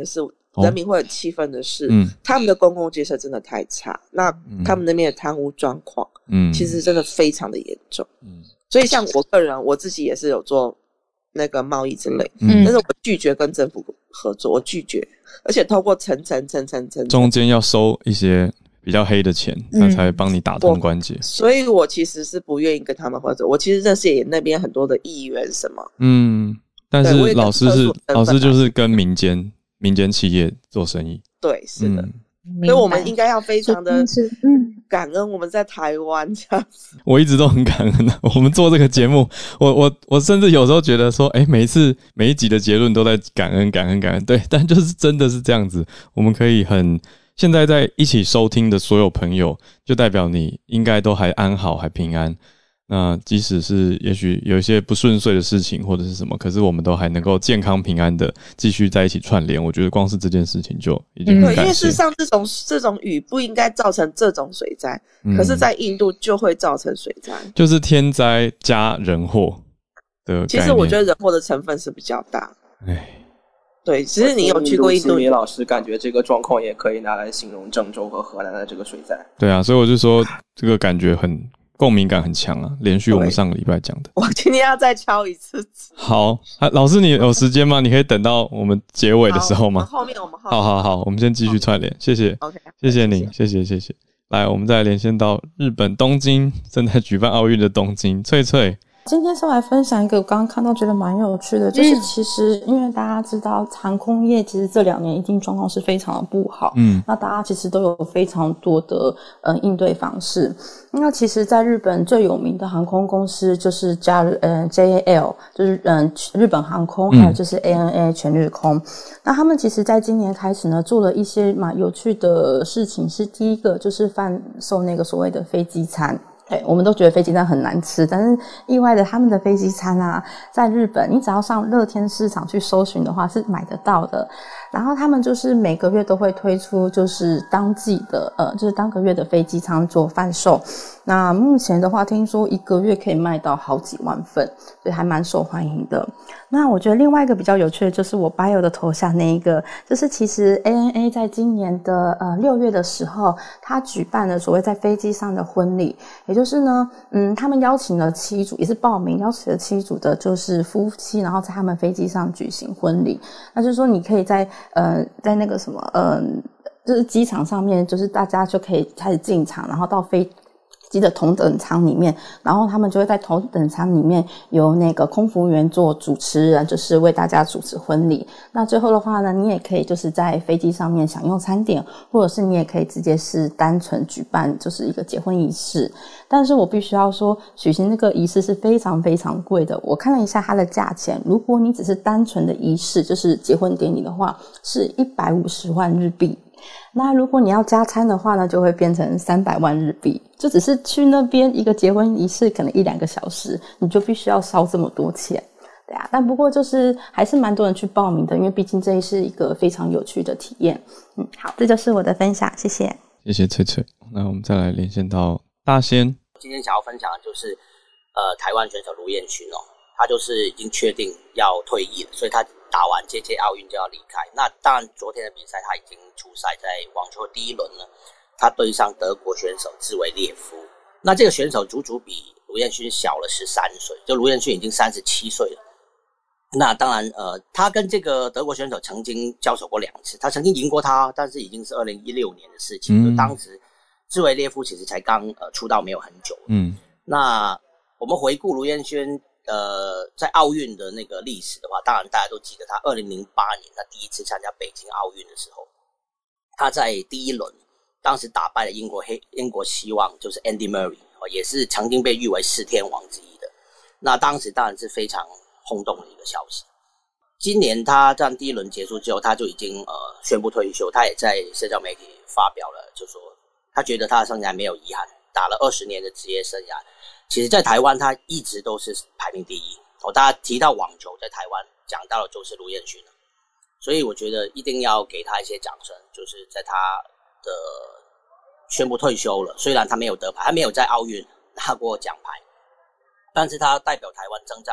Speaker 6: 人民会很气愤的是、嗯、他们的公共建设真的太差，那他们那边的贪污状况嗯，其实真的非常的严重嗯，所以像我个人我自己也是有做那个贸易之类嗯，但是我拒绝跟政府合作，我拒绝，而且透过层层层层层
Speaker 1: 中间要收一些比较黑的钱，他才帮你打通关节、
Speaker 6: 嗯、所以我其实是不愿意跟他们合作。我其实认识也那边很多的议员什么
Speaker 1: 嗯，但是老师是老师就是跟民间民间企业做生意，
Speaker 6: 对，是的、嗯、所以我们应该要非常的感恩我们在台湾这样子。
Speaker 1: 我一直都很感恩的、啊，我们做这个节目，我我我甚至有时候觉得说，哎、欸，每一次每一集的结论都在感恩感恩感恩，对，但就是真的是这样子，我们可以很现在在一起收听的所有朋友，就代表你应该都还安好，还平安。那即使是也许有一些不顺遂的事情或者是什么，可是我们都还能够健康平安的继续在一起串联，我觉得光是这件事情就已经很感谢。
Speaker 6: 对，因为事实上这种这种雨不应该造成这种水灾、嗯、可是在印度就会造成水灾，
Speaker 1: 就是天灾加人祸的概念。
Speaker 6: 其实我觉得人祸的成分是比较大。唉，对，其实你有去过印度，
Speaker 3: 李老师感觉这个状况也可以拿来形容郑州和河南的这个水灾。
Speaker 1: 对啊，所以我就说这个感觉很共鸣感很强啊，连续我们上个礼拜讲的。
Speaker 6: 我今天要再敲一次。
Speaker 1: 好、啊，老师你有时间吗？你可以等到我们结尾的时候吗？
Speaker 6: 后面我们后面
Speaker 1: 好好好，我们先继续串联，谢谢。
Speaker 6: OK，
Speaker 1: 谢谢您，谢谢谢谢。来，我们再连线到日本东京，正在举办奥运的东京，翠翠。
Speaker 7: 今天是来分享一个我刚刚看到觉得蛮有趣的，就是其实因为大家知道航空业其实这两年一定状况是非常的不好，嗯，那大家其实都有非常多的呃应对方式。那其实在日本最有名的航空公司就是加呃 J A L， 就是嗯、呃、日本航空，还有就是 A N A 全日空。那他们其实在今年开始呢做了一些蛮有趣的事情，是第一个就是贩售那个所谓的飞机餐。对，我们都觉得飞机餐很难吃，但是意外的他们的飞机餐啊，在日本你只要上乐天市场去搜寻的话是买得到的。然后他们就是每个月都会推出就是当季的呃就是当个月的飞机餐做贩售。那目前的话听说一个月可以卖到好几万份，所以还蛮受欢迎的。那我觉得另外一个比较有趣的就是我 bio 的头像那一个，就是其实 A N A 在今年的呃六月的时候，他举办了所谓在飞机上的婚礼，也就是呢嗯他们邀请了七组，也是报名邀请了七组的就是夫妻，然后在他们飞机上举行婚礼。那就是说你可以在呃在那个什么呃就是机场上面，就是大家就可以开始进场，然后到飞机的头等舱里面，然后他们就会在头等舱里面由那个空服员做主持人，就是为大家主持婚礼。那最后的话呢，你也可以就是在飞机上面享用餐点，或者是你也可以直接是单纯举办就是一个结婚仪式。但是我必须要说，举行这个仪式是非常非常贵的。我看了一下它的价钱，如果你只是单纯的仪式，就是结婚典礼的话，是一百五十万日币。那如果你要加餐的话呢，就会变成三百万日币。就只是去那边一个结婚仪式，可能一两个小时，你就必须要烧这么多钱，对啊。但不过就是还是蛮多人去报名的，因为毕竟这是一个非常有趣的体验。嗯，好，这就是我的分享，谢谢。
Speaker 1: 谢谢翠翠。那我们再来连线到大仙。
Speaker 8: 今天想要分享的就是呃台湾选手卢彦勋哦，他就是已经确定要退役了，所以他打完这届奥运就要离开。那当然昨天的比赛他已经出赛，在网球的第一轮呢，他对上德国选手兹维列夫。那这个选手足足比卢彦勋小了十三岁，就卢彦勋已经三十七岁了。那当然呃他跟这个德国选手曾经交手过两次，他曾经赢过他，但是已经是二零一六年的事情。嗯、就当时兹维列夫其实才刚呃出道没有很久。嗯，那我们回顾卢彦勋呃，在奥运的那个历史的话，当然大家都记得他二零零八年他第一次参加北京奥运的时候，他在第一轮当时打败了英国黑英国希望，就是 Andy Murray， 也是曾经被誉为四天王之一的。那当时当然是非常轰动的一个消息。今年他这样第一轮结束之后，他就已经呃宣布退休，他也在社交媒体发表了，就说他觉得他的生涯没有遗憾，打了二十年的职业生涯。其实在台湾他一直都是排名第一，哦，大家提到网球在台湾讲到的就是卢彦勋了，所以我觉得一定要给他一些掌声，就是在他的宣布退休了，虽然他没有得牌，他没有在奥运拿过奖牌，但是他代表台湾征战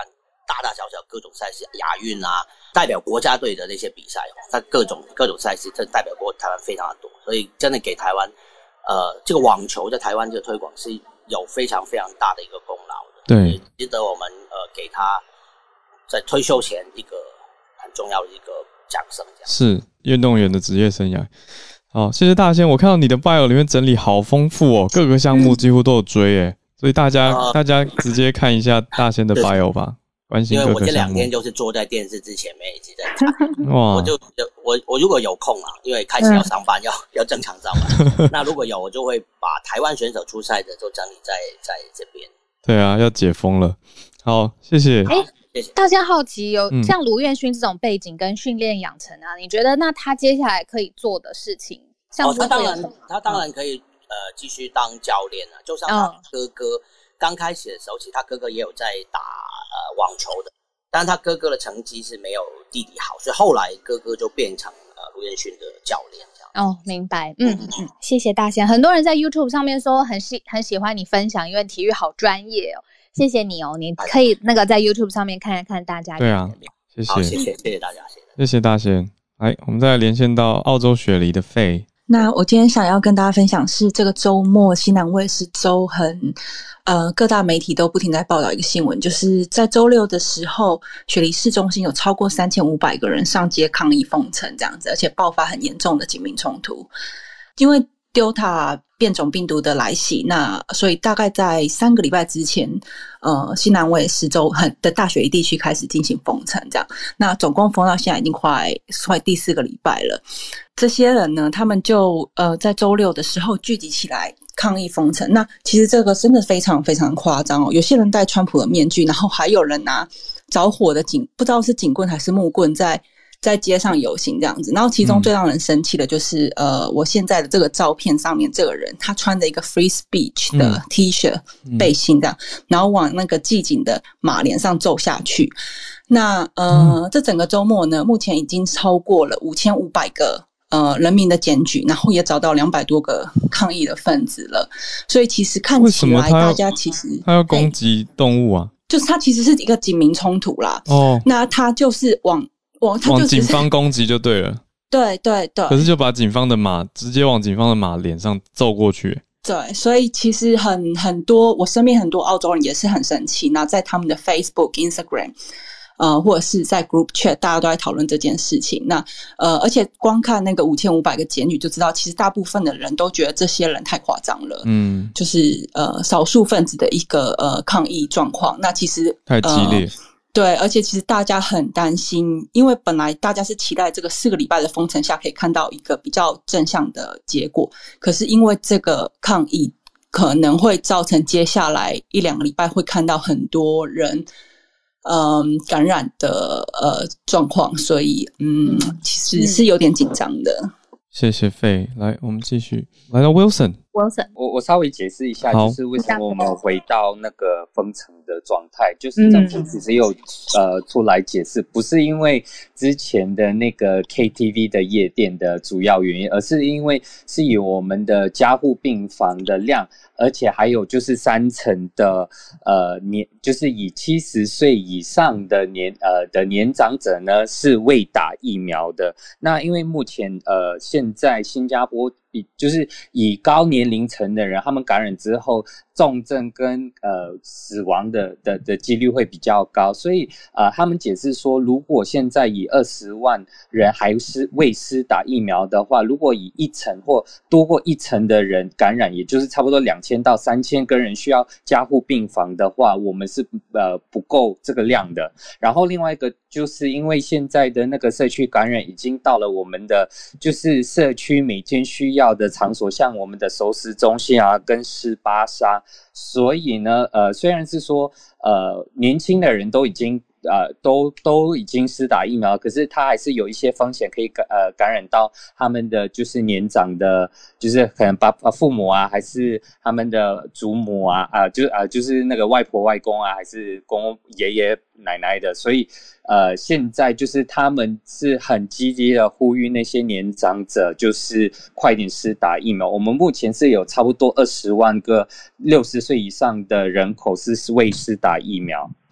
Speaker 8: 大大小小各种赛事，亚运啊，代表国家队的那些比赛，它各种各种赛事，这代表过台湾非常的多，所以真的给台湾，呃，这个网球在台湾这个推广是有非常非常大的一个功劳的，
Speaker 1: 对，
Speaker 8: 值得我们呃给他在退休前一个很重要的一个奖赏，这样
Speaker 1: 是运动员的职业生涯。好，谢谢大仙，我看到你的 bio 里面整理好丰富哦，各个项目几乎都有追耶，所以大家、呃、大家直接看一下大仙的 bio 吧，关心各个项目。
Speaker 8: 因为我这两天就是坐在电视之前面一直在看，哇，我就我我如果有空啊，因为开始要上班，嗯、要要正常上班，那如果有我就会把台湾选手出赛的都整理在在这边。
Speaker 1: 对啊，要解封了。好，谢谢。
Speaker 2: 哎、欸，大家好奇有像卢彦勋这种背景跟训练养成啊、嗯，你觉得那他接下来可以做的事情？
Speaker 8: 哦，他当然，他当然可以，呃，继续当教练了。就像他哥哥刚开始的时候，其实他哥哥也有在打呃网球的，但是他哥哥的成绩是没有弟弟好，所以后来哥哥就变成呃卢彦勋的教练这样。
Speaker 2: 哦，明白，嗯嗯嗯，谢谢大仙。很多人在 YouTube 上面说很喜很喜欢你分享，因为体育好专业哦。谢谢你哦，你可以那个在 YouTube 上面看一看大家。
Speaker 1: 对啊，谢谢，
Speaker 8: 好，谢谢，谢谢大家，谢谢，
Speaker 1: 谢谢大仙。来，我们再来连线到澳洲雪梨的费。
Speaker 9: 那我今天想要跟大家分享是这个周末西南卫视周很呃各大媒体都不停在报道一个新闻，就是在周六的时候，雪梨市中心有超过三千五百个人上街抗议封城这样子，而且爆发很严重的警民冲突。因为 Delta 变种病毒的来袭，那所以大概在三个礼拜之前，呃，西南卫视州很的大雪梨地区开始进行封城，这样，那总共封到现在已经快快第四个礼拜了。这些人呢，他们就呃在周六的时候聚集起来抗议封城。那其实这个真的非常非常夸张哦，有些人戴川普的面具，然后还有人拿着火的警，不知道是警棍还是木棍在。在街上游行这样子，然后其中最让人生气的就是、嗯、呃，我现在的这个照片上面这个人，他穿着一个 free speech 的 T 恤、嗯、背心这样，然后往那个骑警的马连上揍下去。那呃、嗯，这整个周末呢，目前已经超过了五千五百个呃人民的检举，然后也找到两百多个抗议的分子了。所以其实看起来大家其实
Speaker 1: 他要攻击动物啊，
Speaker 9: 就是他其实是一个警民冲突啦。哦，那他就是往。往,
Speaker 1: 往警方攻击就对了，
Speaker 9: 对对对，
Speaker 1: 可是就把警方的马直接往警方的马脸上揍过去。
Speaker 9: 对，所以其实很很多，我身边很多澳洲人也是很生气。那在他们的 Facebook、Instagram， 呃，或者是在 Group Chat， 大家都在讨论这件事情。那呃，而且光看那个五千五百个检举就知道，其实大部分的人都觉得这些人太夸张了。嗯，就是呃少数分子的一个呃抗议状况。那其实
Speaker 1: 太激烈。呃
Speaker 9: 对，而且其实大家很担心，因为本来大家是期待这个四个礼拜的封城下可以看到一个比较正向的结果，可是因为这个抗议可能会造成接下来一两个礼拜会看到很多人嗯感染的呃状况，所以嗯其实是有点紧张的。
Speaker 1: 谢谢费，来我们继续来到 Wilson。Wilson，
Speaker 10: 我我稍微解释一下，就是为什么我们回到那个封城的状态，就是政府其实有、嗯、呃出来解释，不是因为之前的那个 K T V 的夜店的主要原因，而是因为是以我们的加护病房的量，而且还有就是三成的呃年，就是以七十岁以上的年呃的年长者呢是未打疫苗的。那因为目前呃现在新加坡就是以高年龄层的人，他们感染之后重症跟呃死亡的的的几率会比较高，所以呃他们解释说，如果现在以二十万人还是未施打疫苗的话，如果以一成或多过一成的人感染，也就是差不多两千到三千个人需要加护病房的话，我们是呃不够这个量的。然后另外一个就是因为现在的那个社区感染已经到了我们的就是社区每天需要的场所，像我们的熟食中心啊跟斯巴沙，所以呢呃虽然是说呃年轻的人都已经呃都都已经施打疫苗，可是他还是有一些风险可以感呃感染到他们的就是年长的，就是可能把父母啊还是他们的祖母啊啊、呃、就呃就是那个外婆外公啊还是公爷爷奶奶的，所以呃现在就是他们是很积极的呼吁那些年长者就是快点施打疫苗。我们目前是有差不多二十万个六十岁以上的人口是未施打疫苗。对，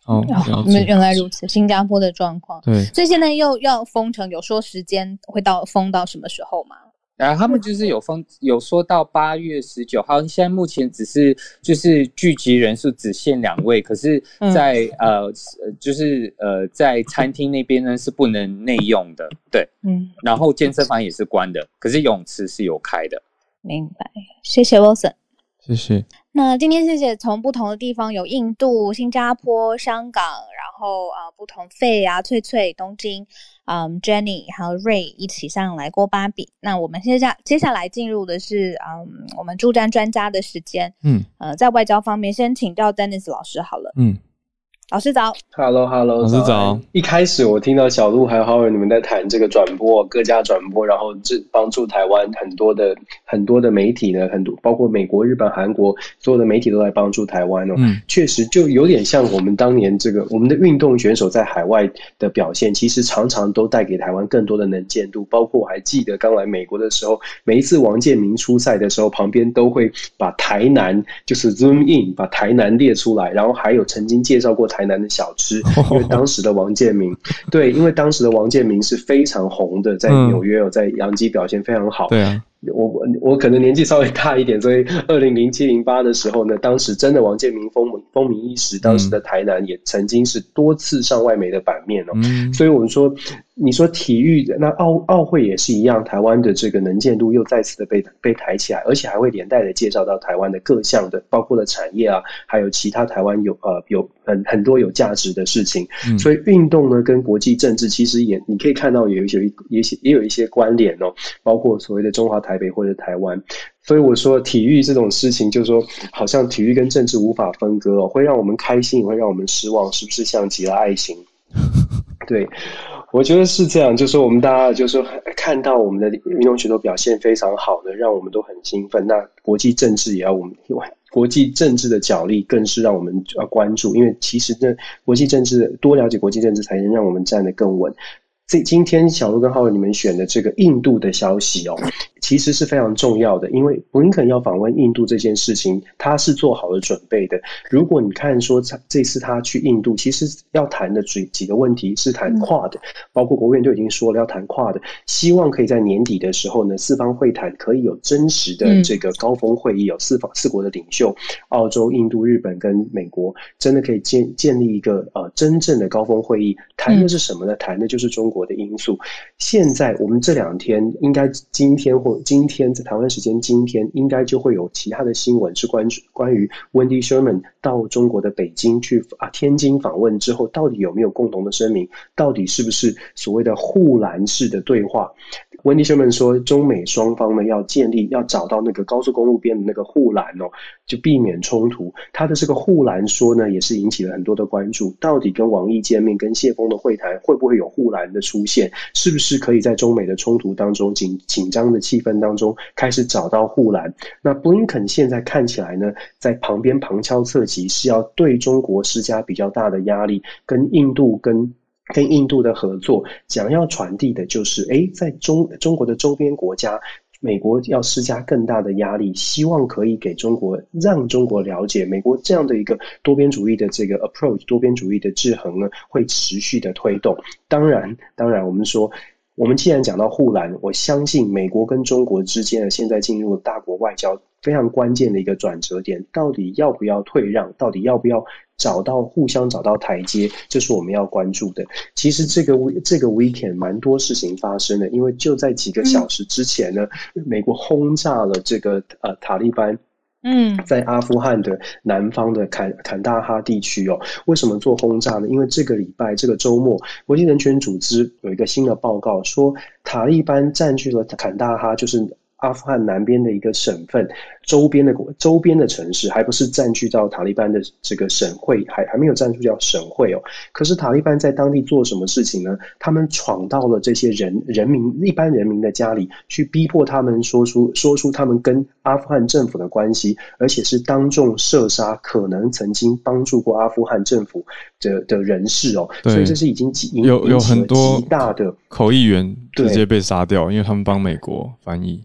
Speaker 1: 哦，
Speaker 2: 原来如此，新加坡的状况。
Speaker 1: 对，
Speaker 2: 所以现在又要封城，有说时间会到封到什么时候吗？
Speaker 10: 然后他们就是有封，有说到八月十九号，现在目前只是就是聚集人数只限两位，可是在、嗯、呃就是呃在餐厅那边呢是不能内用的，对，嗯，然后健身房也是关的，可是泳池是有开的。
Speaker 2: 明白，谢谢 Wilson，
Speaker 1: 谢谢。
Speaker 2: 那今天谢谢从不同的地方有印度、新加坡、香港，然后呃不同费啊、翠翠、东京。嗯 Jenny 还有 Ray 一起上来过芭比。那我们现在接下来进入的是嗯我们驻站专家的时间。嗯，呃，在外交方面，先请教 Dennis 老师好了。嗯，老师早。
Speaker 11: Hello Hello，
Speaker 1: 老师早。
Speaker 11: 一开始我听到小鹿还有 Howard 你们在谈这个转播，各家转播，然后这帮助台湾很多的很多的媒体呢，很多包括美国、日本、韩国所有的媒体都在帮助台湾哦。嗯，确实就有点像我们当年这个我们的运动选手在海外的表现，其实常常都带给台湾更多的能见度。包括我还记得刚来美国的时候，每一次王建民出赛的时候，旁边都会把台南就是 zoom in， 把台南列出来，然后还有曾经介绍过台南的小吃。因为当时的王建民，对，因为当时的王建民是非常红的，在纽约有在洋基表现非常好。
Speaker 1: 对啊，
Speaker 11: 我我可能年纪稍微大一点，所以二零零七零八的时候呢，当时真的王建民风风靡一时，当时的台南也曾经是多次上外媒的版面哦。嗯、所以我们说，你说体育，那奥奥会也是一样，台湾的这个能见度又再次的被被抬起来，而且还会连带的介绍到台湾的各项的，包括了产业啊，还有其他台湾有呃有很很多有价值的事情。嗯、所以运动呢跟国际政治其实也你可以看到有一些也也有一些关联哦，包括所谓的中华台北或者台湾。所以我说体育这种事情，就是说好像体育跟政治无法分割哦，会让我们开心，也会让我们失望，是不是像极了爱情？对，我觉得是这样，就是说我们大家就是说看到我们的运动选手表现非常好的，让我们都很兴奋。那国际政治也要我们国际政治的角力更是让我们要关注，因为其实呢，国际政治多了解国际政治，才能让我们站得更稳。这今天小鹿跟浩文你们选的这个印度的消息哦，其实是非常重要的，因为布林肯要访问印度这件事情，他是做好了准备的。如果你看说这次他去印度，其实要谈的几几个问题是谈跨的，包括国务院就已经说了要谈跨的，希望可以在年底的时候呢，四方会谈可以有真实的这个高峰会议，有四方四国的领袖，澳洲、印度、日本跟美国，真的可以建建立一个呃真正的高峰会议。谈的是什么呢？谈的就是中国的因素。现在我们这两天应该今天或今天在台湾时间今天应该就会有其他的新闻是关关于 Wendy Sherman 到中国的北京去啊天津访问之后，到底有没有共同的声明？到底是不是所谓的护栏式的对话？Wendy Sherman 说，中美双方呢要建立，要找到那个高速公路边的那个护栏哦，就避免冲突。他的这个护栏说呢，也是引起了很多的关注。到底跟王毅见面、跟谢峰的会谈，会不会有护栏的出现？是不是可以在中美的冲突当中、紧紧张的气氛当中，开始找到护栏？那布林肯现在看起来呢，在旁边旁敲侧击，是要对中国施加比较大的压力，跟印度跟。跟印度的合作，想要传递的就是，诶，在中中国的周边国家，美国要施加更大的压力，希望可以给中国，让中国了解美国这样的一个多边主义的这个 approach， 多边主义的制衡呢，会持续的推动。当然，当然，我们说。我们既然讲到护栏，我相信美国跟中国之间呢，现在进入了大国外交非常关键的一个转折点，到底要不要退让，到底要不要找到互相找到台阶，这是我们要关注的。其实这个这个 weekend 蛮多事情发生的，因为就在几个小时之前呢，嗯、美国轰炸了这个呃塔利班。嗯，在阿富汗的南方的坎坎大哈地区哦，为什么做轰炸呢？因为这个礼拜这个周末，国际人权组织有一个新的报告说，塔利班占据了坎大哈，就是阿富汗南边的一个省份，周边的周边的城市，还不是占据到塔利班的这个省会，还还没有占据到省会哦。可是塔利班在当地做什么事情呢？他们闯到了这些人人民一般人民的家里，去逼迫他们说出说出他们跟阿富汗政府的关系，而且是当众射杀可能曾经帮助过阿富汗政府的的人士哦。所以这是已经引
Speaker 1: 有有很多
Speaker 11: 极大的
Speaker 1: 口译员直接被杀掉，因为他们帮美国翻译。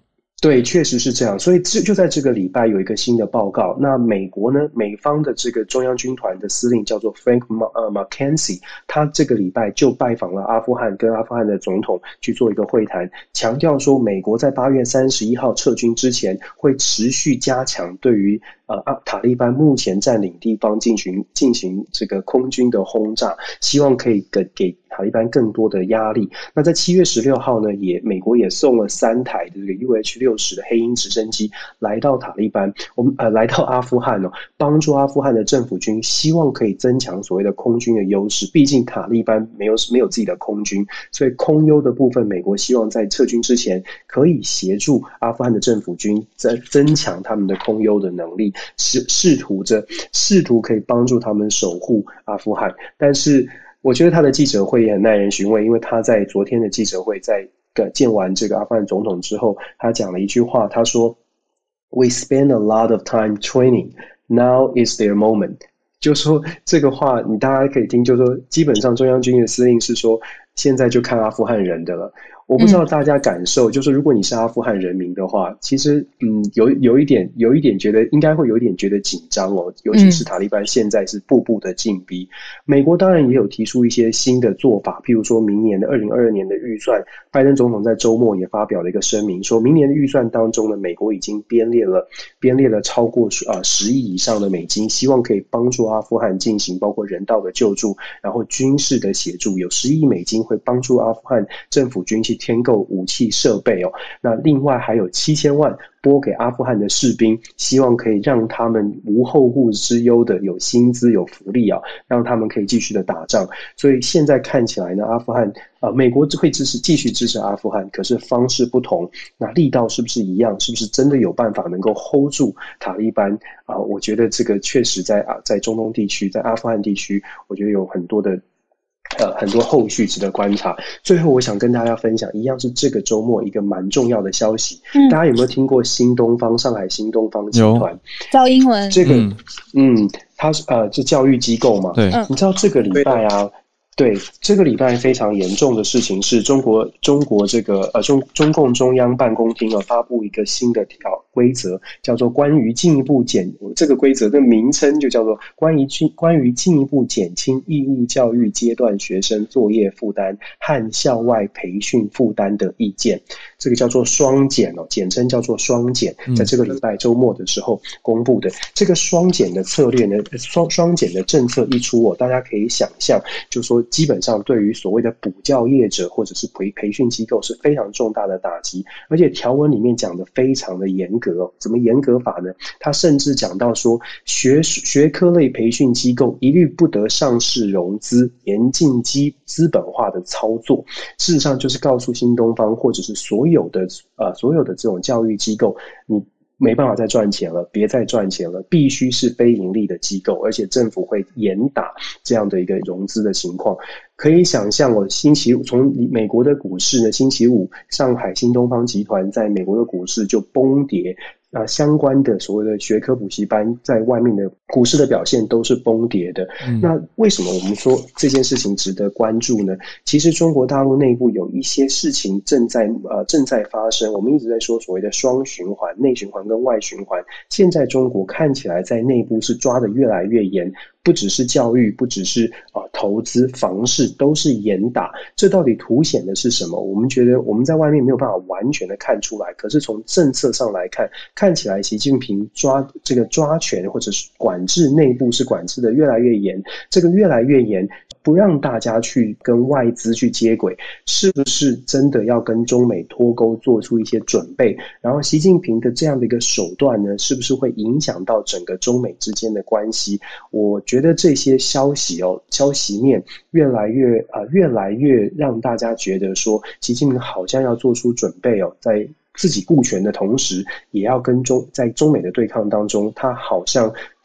Speaker 11: 对，确实是这样。所以这就在这个礼拜有一个新的报告。那美国呢，美方的这个中央军团的司令叫做 Frank 呃 McKenzie， 他这个礼拜就拜访了阿富汗，跟阿富汗的总统去做一个会谈，强调说美国在八月三十一号撤军之前，会持续加强对于呃塔利班目前占领地方进行进行这个空军的轰炸，希望可以给给塔利班更多的压力。那在七月十六号呢，也美国也送了三台的这个 U H 六十 的黑鹰直升机来到塔利班，我们呃来到阿富汗哦，帮助阿富汗的政府军，希望可以增强所谓的空军的优势。毕竟塔利班没有没有自己的空军，所以空优的部分，美国希望在撤军之前可以协助阿富汗的政府军增增强他们的空优的能力，试试图着试图可以帮助他们守护阿富汗。但是我觉得他的记者会也很耐人寻味，因为他在昨天的记者会在见完这个阿富汗总统之后，他讲了一句话，他说 We spend a lot of time training, now is their moment。 就说这个话你大家可以听，就说基本上中央军的司令是说现在就看阿富汗人的了。我不知道大家感受，嗯、就是如果你是阿富汗人民的话，其实嗯有有一点有一点觉得应该会有一点觉得紧张哦，尤其是塔利班现在是步步的进逼。嗯、美国当然也有提出一些新的做法，譬如说明年的二零二二年的预算，拜登总统在周末也发表了一个声明，说明年的预算当中呢，美国已经编列了编列了超过呃十亿以上的美金，希望可以帮助阿富汗进行包括人道的救助，然后军事的协助，有十亿美金会帮助阿富汗政府军去添购武器设备哦。那另外还有七千万拨给阿富汗的士兵，希望可以让他们无后顾之忧的有薪资有福利啊，让他们可以继续的打仗。所以现在看起来呢，阿富汗呃，美国会支持继续支持阿富汗，可是方式不同，那力道是不是一样？是不是真的有办法能够 hold 住塔利班啊、呃？我觉得这个确实在啊，在中东地区，在阿富汗地区，我觉得有很多的。呃，很多后续值得观察。最后，我想跟大家分享，一样是这个周末一个蛮重要的消息。嗯，大家有没有听过新东方？上海新东方集团
Speaker 2: 教英文
Speaker 11: 这个，嗯，嗯它是呃，这教育机构嘛。
Speaker 1: 对，
Speaker 11: 你知道这个礼拜啊。对，这个礼拜非常严重的事情是中国中国这个呃中中共中央办公厅啊发布一个新的条规则，叫做关于进一步减这个规则的名称就叫做关于进关于进一步减轻义务教育阶段学生作业负担和校外培训负担的意见，这个叫做双减哦，简称叫做双减，在这个礼拜周末的时候公布的。这个双减的策略呢，双双减的政策一出哦，大家可以想象，就说。基本上对于所谓的补教业者或者是培培训机构是非常重大的打击，而且条文里面讲的非常的严格哦。怎么严格法呢？他甚至讲到说，学学科类培训机构一律不得上市融资，严禁基资本化的操作。事实上就是告诉新东方或者是所有的呃所有的这种教育机构，你。没办法再赚钱了，别再赚钱了，必须是非盈利的机构，而且政府会严打这样的一个融资的情况。可以想象哦，星期五从美国的股市呢，星期五上海新东方集团在美国的股市就崩跌。那相关的所谓的学科补习班在外面的股市的表现都是崩跌的。嗯、那为什么我们说这件事情值得关注呢？其实中国大陆内部有一些事情正在呃正在发生。我们一直在说所谓的双循环，内循环跟外循环。现在中国看起来在内部是抓得越来越严。不只是教育，不只是啊、呃、投资、房市，都是严打。这到底凸显的是什么？我们觉得我们在外面没有办法完全的看出来，可是从政策上来看，看起来习近平抓这个抓权或者是管制内部是管制的越来越严。这个越来越严，不让大家去跟外资去接轨，是不是真的要跟中美脱钩做出一些准备？然后习近平的这样的一个手段呢，是不是会影响到整个中美之间的关系？我觉得这些消息哦，消息面越来越呃越来越让大家觉得说，习近平好像要做出准备哦，在自己顾全的同时，也要跟中在中美的对抗当中，他好像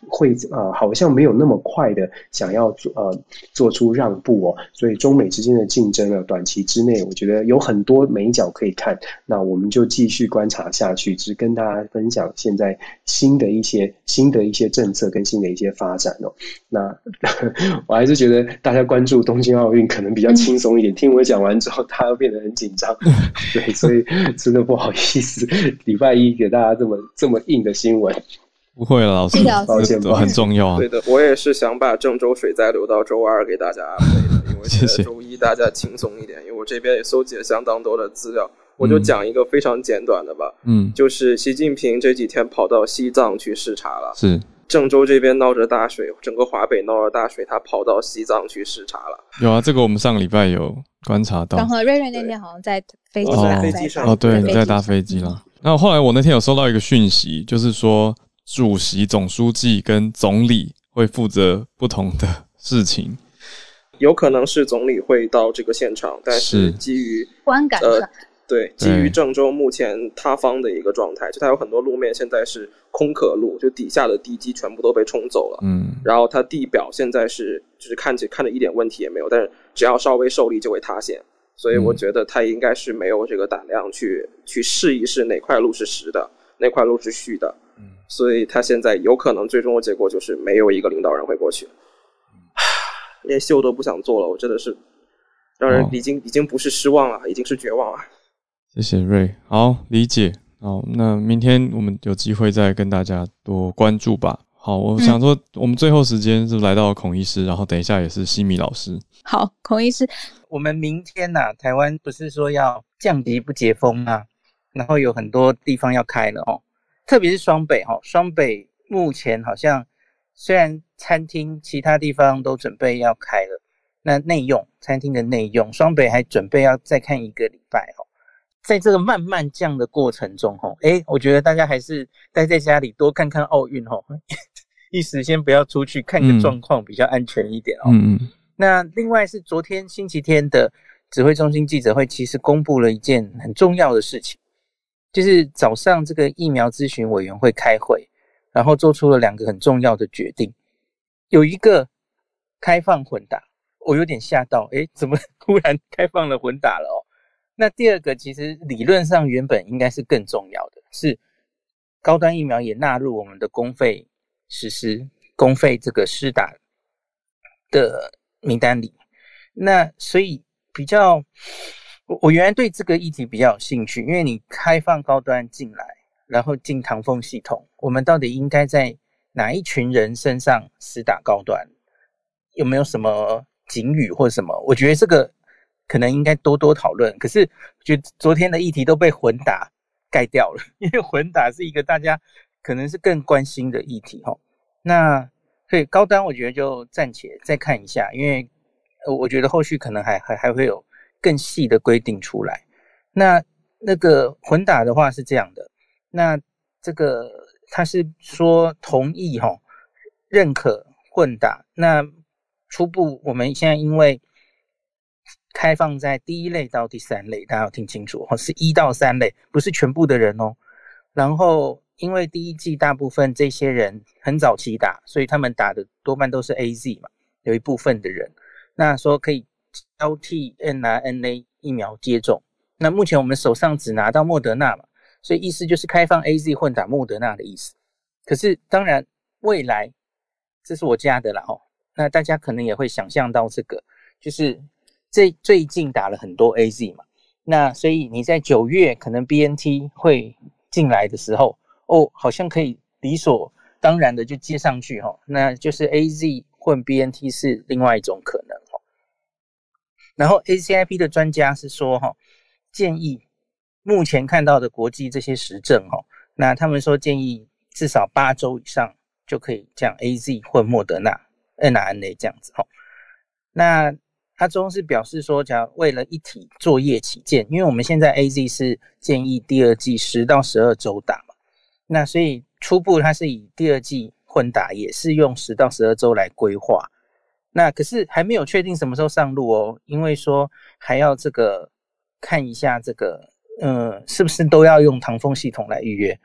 Speaker 11: 会呃好像没有那么快的想要做呃做出让步哦，所以中美之间的竞争呢，短期之内我觉得有很多美角可以看，那我们就继续观察下去，只跟大家分享现在新的一些新的一些政策跟新的一些发展哦。那我还是觉得大家关注东京奥运可能比较轻松一点，嗯、听我讲完之后，大家变得很紧张，对，所以真的不好意思，礼拜一给大家这么这么硬的新闻。
Speaker 1: 不会了，老师，
Speaker 11: 抱歉，
Speaker 1: 都很重要啊。
Speaker 3: 对的，我也是想把郑州水灾留到周二给大家安慰的，因为现在周一大家轻松一点，因为我这边也搜集了相当多的资料，我就讲一个非常简短的吧。嗯，就是习近平这几天跑到西藏去视察了，
Speaker 1: 是
Speaker 3: 郑州这边闹着大水，整个华北闹着大水，他跑到西藏去视察了。
Speaker 1: 有啊，这个我们上个礼拜有观察到。
Speaker 2: 刚好瑞瑞那天好像在飞机上，
Speaker 3: 飞机上
Speaker 1: 哦，对，你在搭飞机啦。那后来我那天有收到一个讯息，就是说主席、总书记跟总理会负责不同的事情，
Speaker 3: 有可能是总理会到这个现场，但是基于
Speaker 2: 观感上。
Speaker 3: 呃对，基于郑州目前塌方的一个状态，就它有很多路面现在是空壳路，就底下的地基全部都被冲走了。嗯，然后它地表现在是就是看起看着一点问题也没有，但是只要稍微受力就会塌陷，所以我觉得它应该是没有这个胆量去去试一试哪块路是实的，哪块路是虚的。嗯，所以它现在有可能最终的结果就是没有一个领导人会过去，连秀都不想做了，我真的是让人已经、哦、已经不是失望了，已经是绝望了。
Speaker 1: 谢谢瑞，好，理解。好，那明天我们有机会再跟大家多关注吧。好，我想说我们最后时间是来到孔医师，然后等一下也是西米老师。
Speaker 2: 好，孔医师，
Speaker 12: 我们明天啊，台湾不是说要降级不解封啊，然后有很多地方要开了哦，特别是双北哦，双北目前好像虽然餐厅其他地方都准备要开了，那内用餐厅的内用，双北还准备要再看一个礼拜哦。在这个慢慢降的过程中齁，诶我觉得大家还是待在家里多看看奥运齁，一时先不要出去看个状况比较安全一点哦。嗯嗯。那另外是昨天星期天的指挥中心记者会，其实公布了一件很重要的事情，就是早上这个疫苗咨询委员会开会，然后做出了两个很重要的决定，有一个开放混打，我有点吓到，诶怎么突然开放了混打了哦？那第二个其实理论上原本应该是更重要的，是高端疫苗也纳入我们的公费实施公费这个施打的名单里。那所以比较我我原来对这个议题比较有兴趣，因为你开放高端进来，然后进唐凤系统，我们到底应该在哪一群人身上施打高端，有没有什么警语或什么？我觉得这个可能应该多多讨论，可是我觉得昨天的议题都被混打盖掉了，因为混打是一个大家可能是更关心的议题齁。那所以高端我觉得就暂且再看一下，因为我觉得后续可能还还还会有更细的规定出来。那那个混打的话是这样的，那这个他是说同意齁，认可混打。那初步我们现在因为开放在第一类到第三类，大家要听清楚哦，是一到三类，不是全部的人哦。然后因为第一剂大部分这些人很早期打，所以他们打的多半都是 A Z 嘛，有一部分的人，那说可以交替 N R N A 疫苗接种。那目前我们手上只拿到莫德纳嘛，所以意思就是开放 A Z 混打莫德纳的意思。可是当然未来，这是我加的啦哦，那大家可能也会想象到这个，就是这最近打了很多 A Z 嘛，那所以你在九月可能 B N T 会进来的时候，哦，好像可以理所当然的就接上去齁，那就是 A Z 混 B N T 是另外一种可能齁。然后 A C I P 的专家是说齁，建议目前看到的国际这些实证齁，那他们说建议至少八周以上就可以这样 A Z 混莫德纳 N R N A 这样子齁。那他中是表示说，假如为了一体作业起见，因为我们现在 A Z 是建议第二剂十到十二周打嘛，那所以初步它是以第二剂混打，也是用十到十二周来规划。那可是还没有确定什么时候上路哦，因为说还要这个看一下这个，嗯，是不是都要用唐凤系统来预约？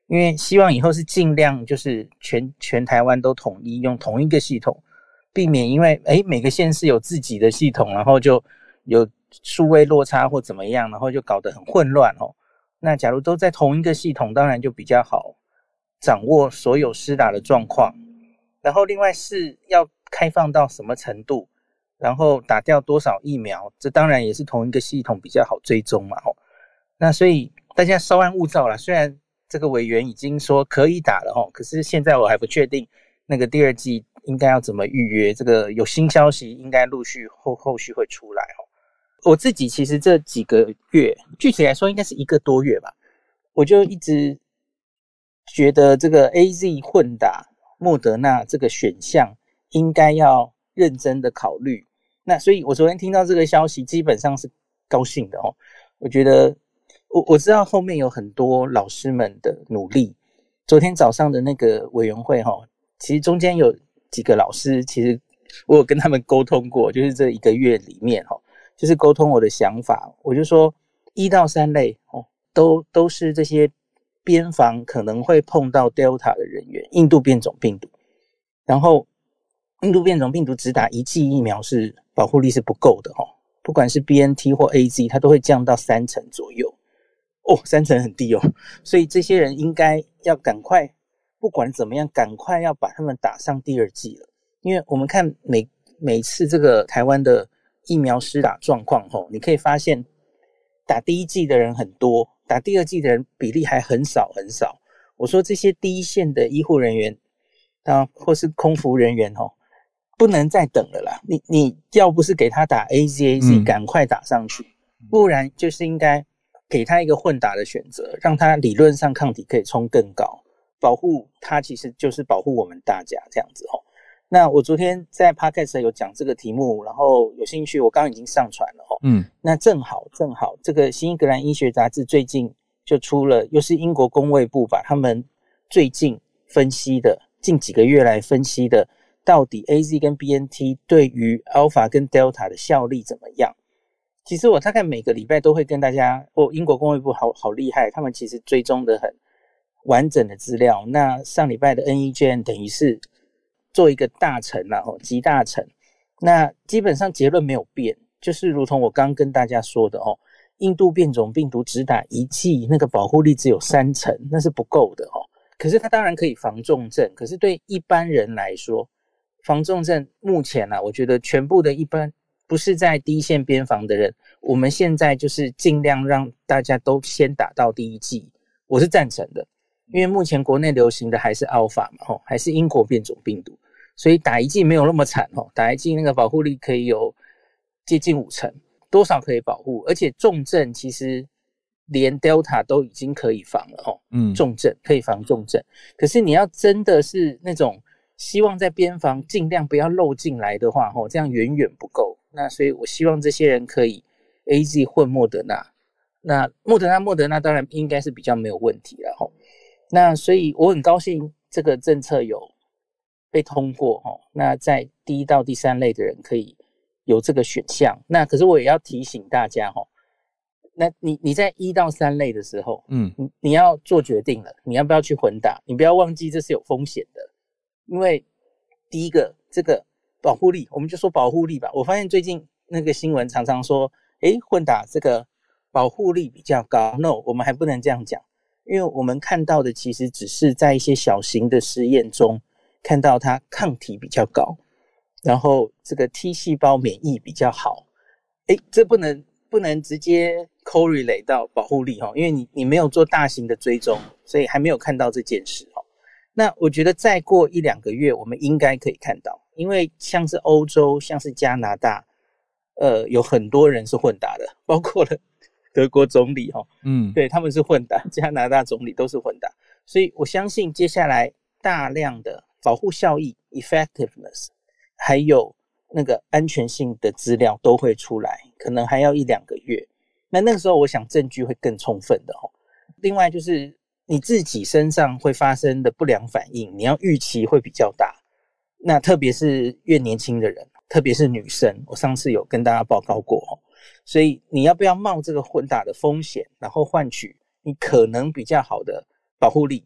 Speaker 12: 因为希望以后是尽量就是全全台湾都统一用同一个系统，避免因为诶每个县市有自己的系统，然后就有数位落差或怎么样，然后就搞得很混乱哦。那假如都在同一个系统，当然就比较好掌握所有施打的状况。然后另外是要开放到什么程度，然后打掉多少疫苗，这当然也是同一个系统比较好追踪嘛哦。那所以大家稍安勿躁啦，虽然这个委员已经说可以打了哦，可是现在我还不确定那个第二剂应该要怎么预约，这个有新消息应该陆续后后续会出来哦。我自己其实这几个月，具体来说应该是一个多月吧，我就一直觉得这个 A Z 混打莫德纳这个选项应该要认真的考虑。那所以我昨天听到这个消息基本上是高兴的哦。我觉得我我知道后面有很多老师们的努力，昨天早上的那个委员会哦，其实中间有几个老师其实我有跟他们沟通过，就是这一个月里面哦，就是沟通我的想法。我就说一到三类哦，都都是这些边防可能会碰到 Delta 的人员，印度变种病毒。然后印度变种病毒只打一剂疫苗是保护力是不够的哦，不管是 B N T 或 A Z 它都会降到三成左右哦，三成很低哦，所以这些人应该要赶快，不管怎么样赶快要把他们打上第二剂了。因为我们看每每次这个台湾的疫苗施打状况吼，你可以发现打第一剂的人很多，打第二剂的人比例还很少很少。我说这些第一线的医护人员啊，或是空服人员吼，不能再等了啦。你你要不是给他打 A Z A Z， 赶快打上去，不然就是应该给他一个混打的选择，让他理论上抗体可以冲更高，保护他其实就是保护我们大家这样子吼。那我昨天在 Podcast 有讲这个题目，然后有兴趣我刚刚已经上传了哦。嗯，那正好正好这个新英格兰医学杂志最近就出了，又是英国公卫部把他们最近分析的近几个月来分析的到底 A Z 跟 B N T 对于 Alpha 跟 Delta 的效力怎么样。其实我大概每个礼拜都会跟大家，哦，英国公卫部好好厉害，他们其实追踪的很完整的资料。那上礼拜的 N E J N 等于是做一个大成啦，哦，集大成。那基本上结论没有变，就是如同我刚刚跟大家说的哦，印度变种病毒只打一剂，那个保护力只有三成，那是不够的哦。可是它当然可以防重症，可是对一般人来说，防重症目前啊，我觉得全部的一般不是在第一线边防的人，我们现在就是尽量让大家都先打到第一剂，我是赞成的。因为目前国内流行的还是 Alpha 嘛，吼，还是英国变种病毒，所以打一剂没有那么惨吼，打一剂那个保护力可以有接近五成，多少可以保护，而且重症其实连 Delta 都已经可以防了吼，嗯，重症可以防重症，可是你要真的是那种希望在边防尽量不要漏进来的话吼，这样远远不够。那所以我希望这些人可以 A Z 混莫德纳，那莫德纳莫德纳当然应该是比较没有问题了吼。那所以我很高兴这个政策有被通过齁，那在第一到第三类的人可以有这个选项。那可是我也要提醒大家齁，那你你在一到三类的时候，嗯，你你要做决定了，你要不要去混打？你不要忘记这是有风险的，因为第一个这个保护力，我们就说保护力吧。我发现最近那个新闻常常说，诶，混打这个保护力比较高。No， 我们还不能这样讲。因为我们看到的其实只是在一些小型的实验中看到它抗体比较高，然后这个 T 细胞免疫比较好。诶，这不能不能直接 correlate 到保护力齁，因为你你没有做大型的追踪，所以还没有看到这件事齁。那我觉得再过一两个月我们应该可以看到，因为像是欧洲像是加拿大呃，有很多人是混打的，包括了德国总理齁，嗯，对，他们是混打，加拿大总理都是混打，所以我相信接下来大量的保护效益 effectiveness 还有那个安全性的资料都会出来，可能还要一两个月。那那个时候我想证据会更充分的齁。另外就是你自己身上会发生的不良反应，你要预期会比较大。那特别是越年轻的人，特别是女生，我上次有跟大家报告过齁。所以你要不要冒这个混打的风险，然后换取你可能比较好的保护力，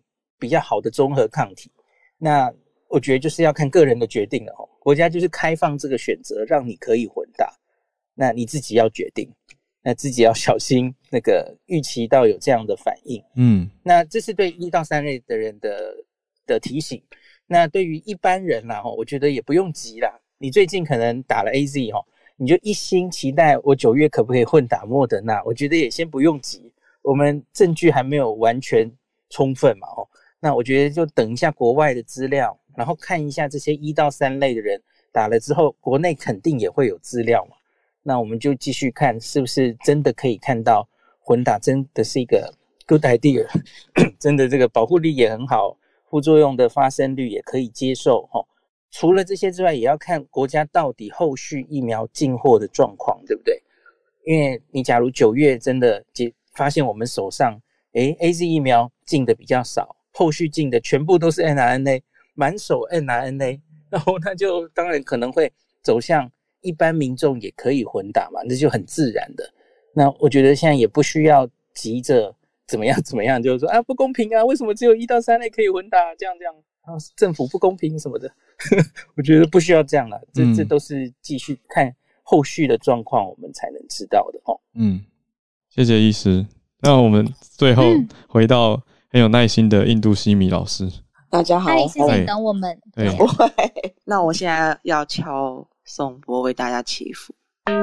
Speaker 12: 比较好的综合抗体。那我觉得就是要看个人的决定了哦。国家就是开放这个选择，让你可以混打，那你自己要决定，那自己要小心那个预期到有这样的反应。
Speaker 1: 嗯，
Speaker 12: 那这是对一到三类的人的的提醒。那对于一般人啦，我觉得也不用急啦。你最近可能打了 A Z 哈，你就一心期待我九月可不可以混打莫德纳？我觉得也先不用急，我们证据还没有完全充分嘛哦。那我觉得就等一下国外的资料，然后看一下这些一到三类的人打了之后，国内肯定也会有资料嘛。那我们就继续看是不是真的可以看到混打真的是一个 good idea， 真的这个保护力也很好，副作用的发生率也可以接受齁。除了这些之外，也要看国家到底后续疫苗进货的状况，对不对？因为你假如九月真的发现我们手上诶 A Z 疫苗进的比较少，后续进的全部都是 M R N A， 满手 M R N A， 然后那就当然可能会走向一般民众也可以混打嘛，那就很自然的。那我觉得现在也不需要急着怎么样怎么样，就是说啊不公平啊，为什么只有一到三类可以混打？这样这样，啊、政府不公平什么的，我觉得不需要这样了。这这都是继续看后续的状况，我们才能知道的哦。
Speaker 1: 嗯，谢谢医师。那我们最后回到很有耐心的印度西米老师。
Speaker 6: 大家好，
Speaker 2: 谢谢等我们。
Speaker 1: 对，
Speaker 6: 不会。那我现在要敲颂钵为大家祈福。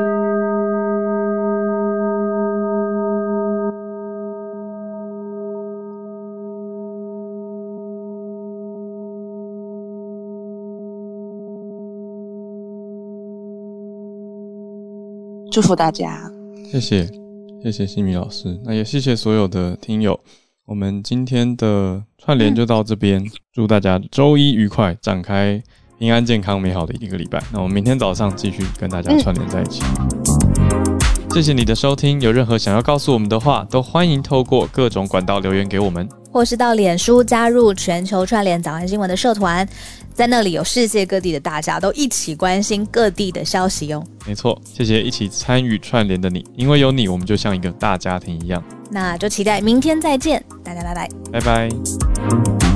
Speaker 6: 祝福大家。
Speaker 1: 谢谢，谢谢西米老师。那也谢谢所有的听友。我们今天的串联就到这边，嗯、祝大家周一愉快，展开平安健康美好的一个礼拜。那我们明天早上继续跟大家串联在一起。嗯、谢谢你的收听，有任何想要告诉我们的话，都欢迎透过各种管道留言给我们，
Speaker 2: 或是到脸书加入全球串联早安新闻的社团，在那里有世界各地的大家都一起关心各地的消息哦。
Speaker 1: 没错，谢谢一起参与串联的你，因为有你，我们就像一个大家庭一样。
Speaker 2: 那就期待明天再见，大家拜拜，
Speaker 1: 拜拜。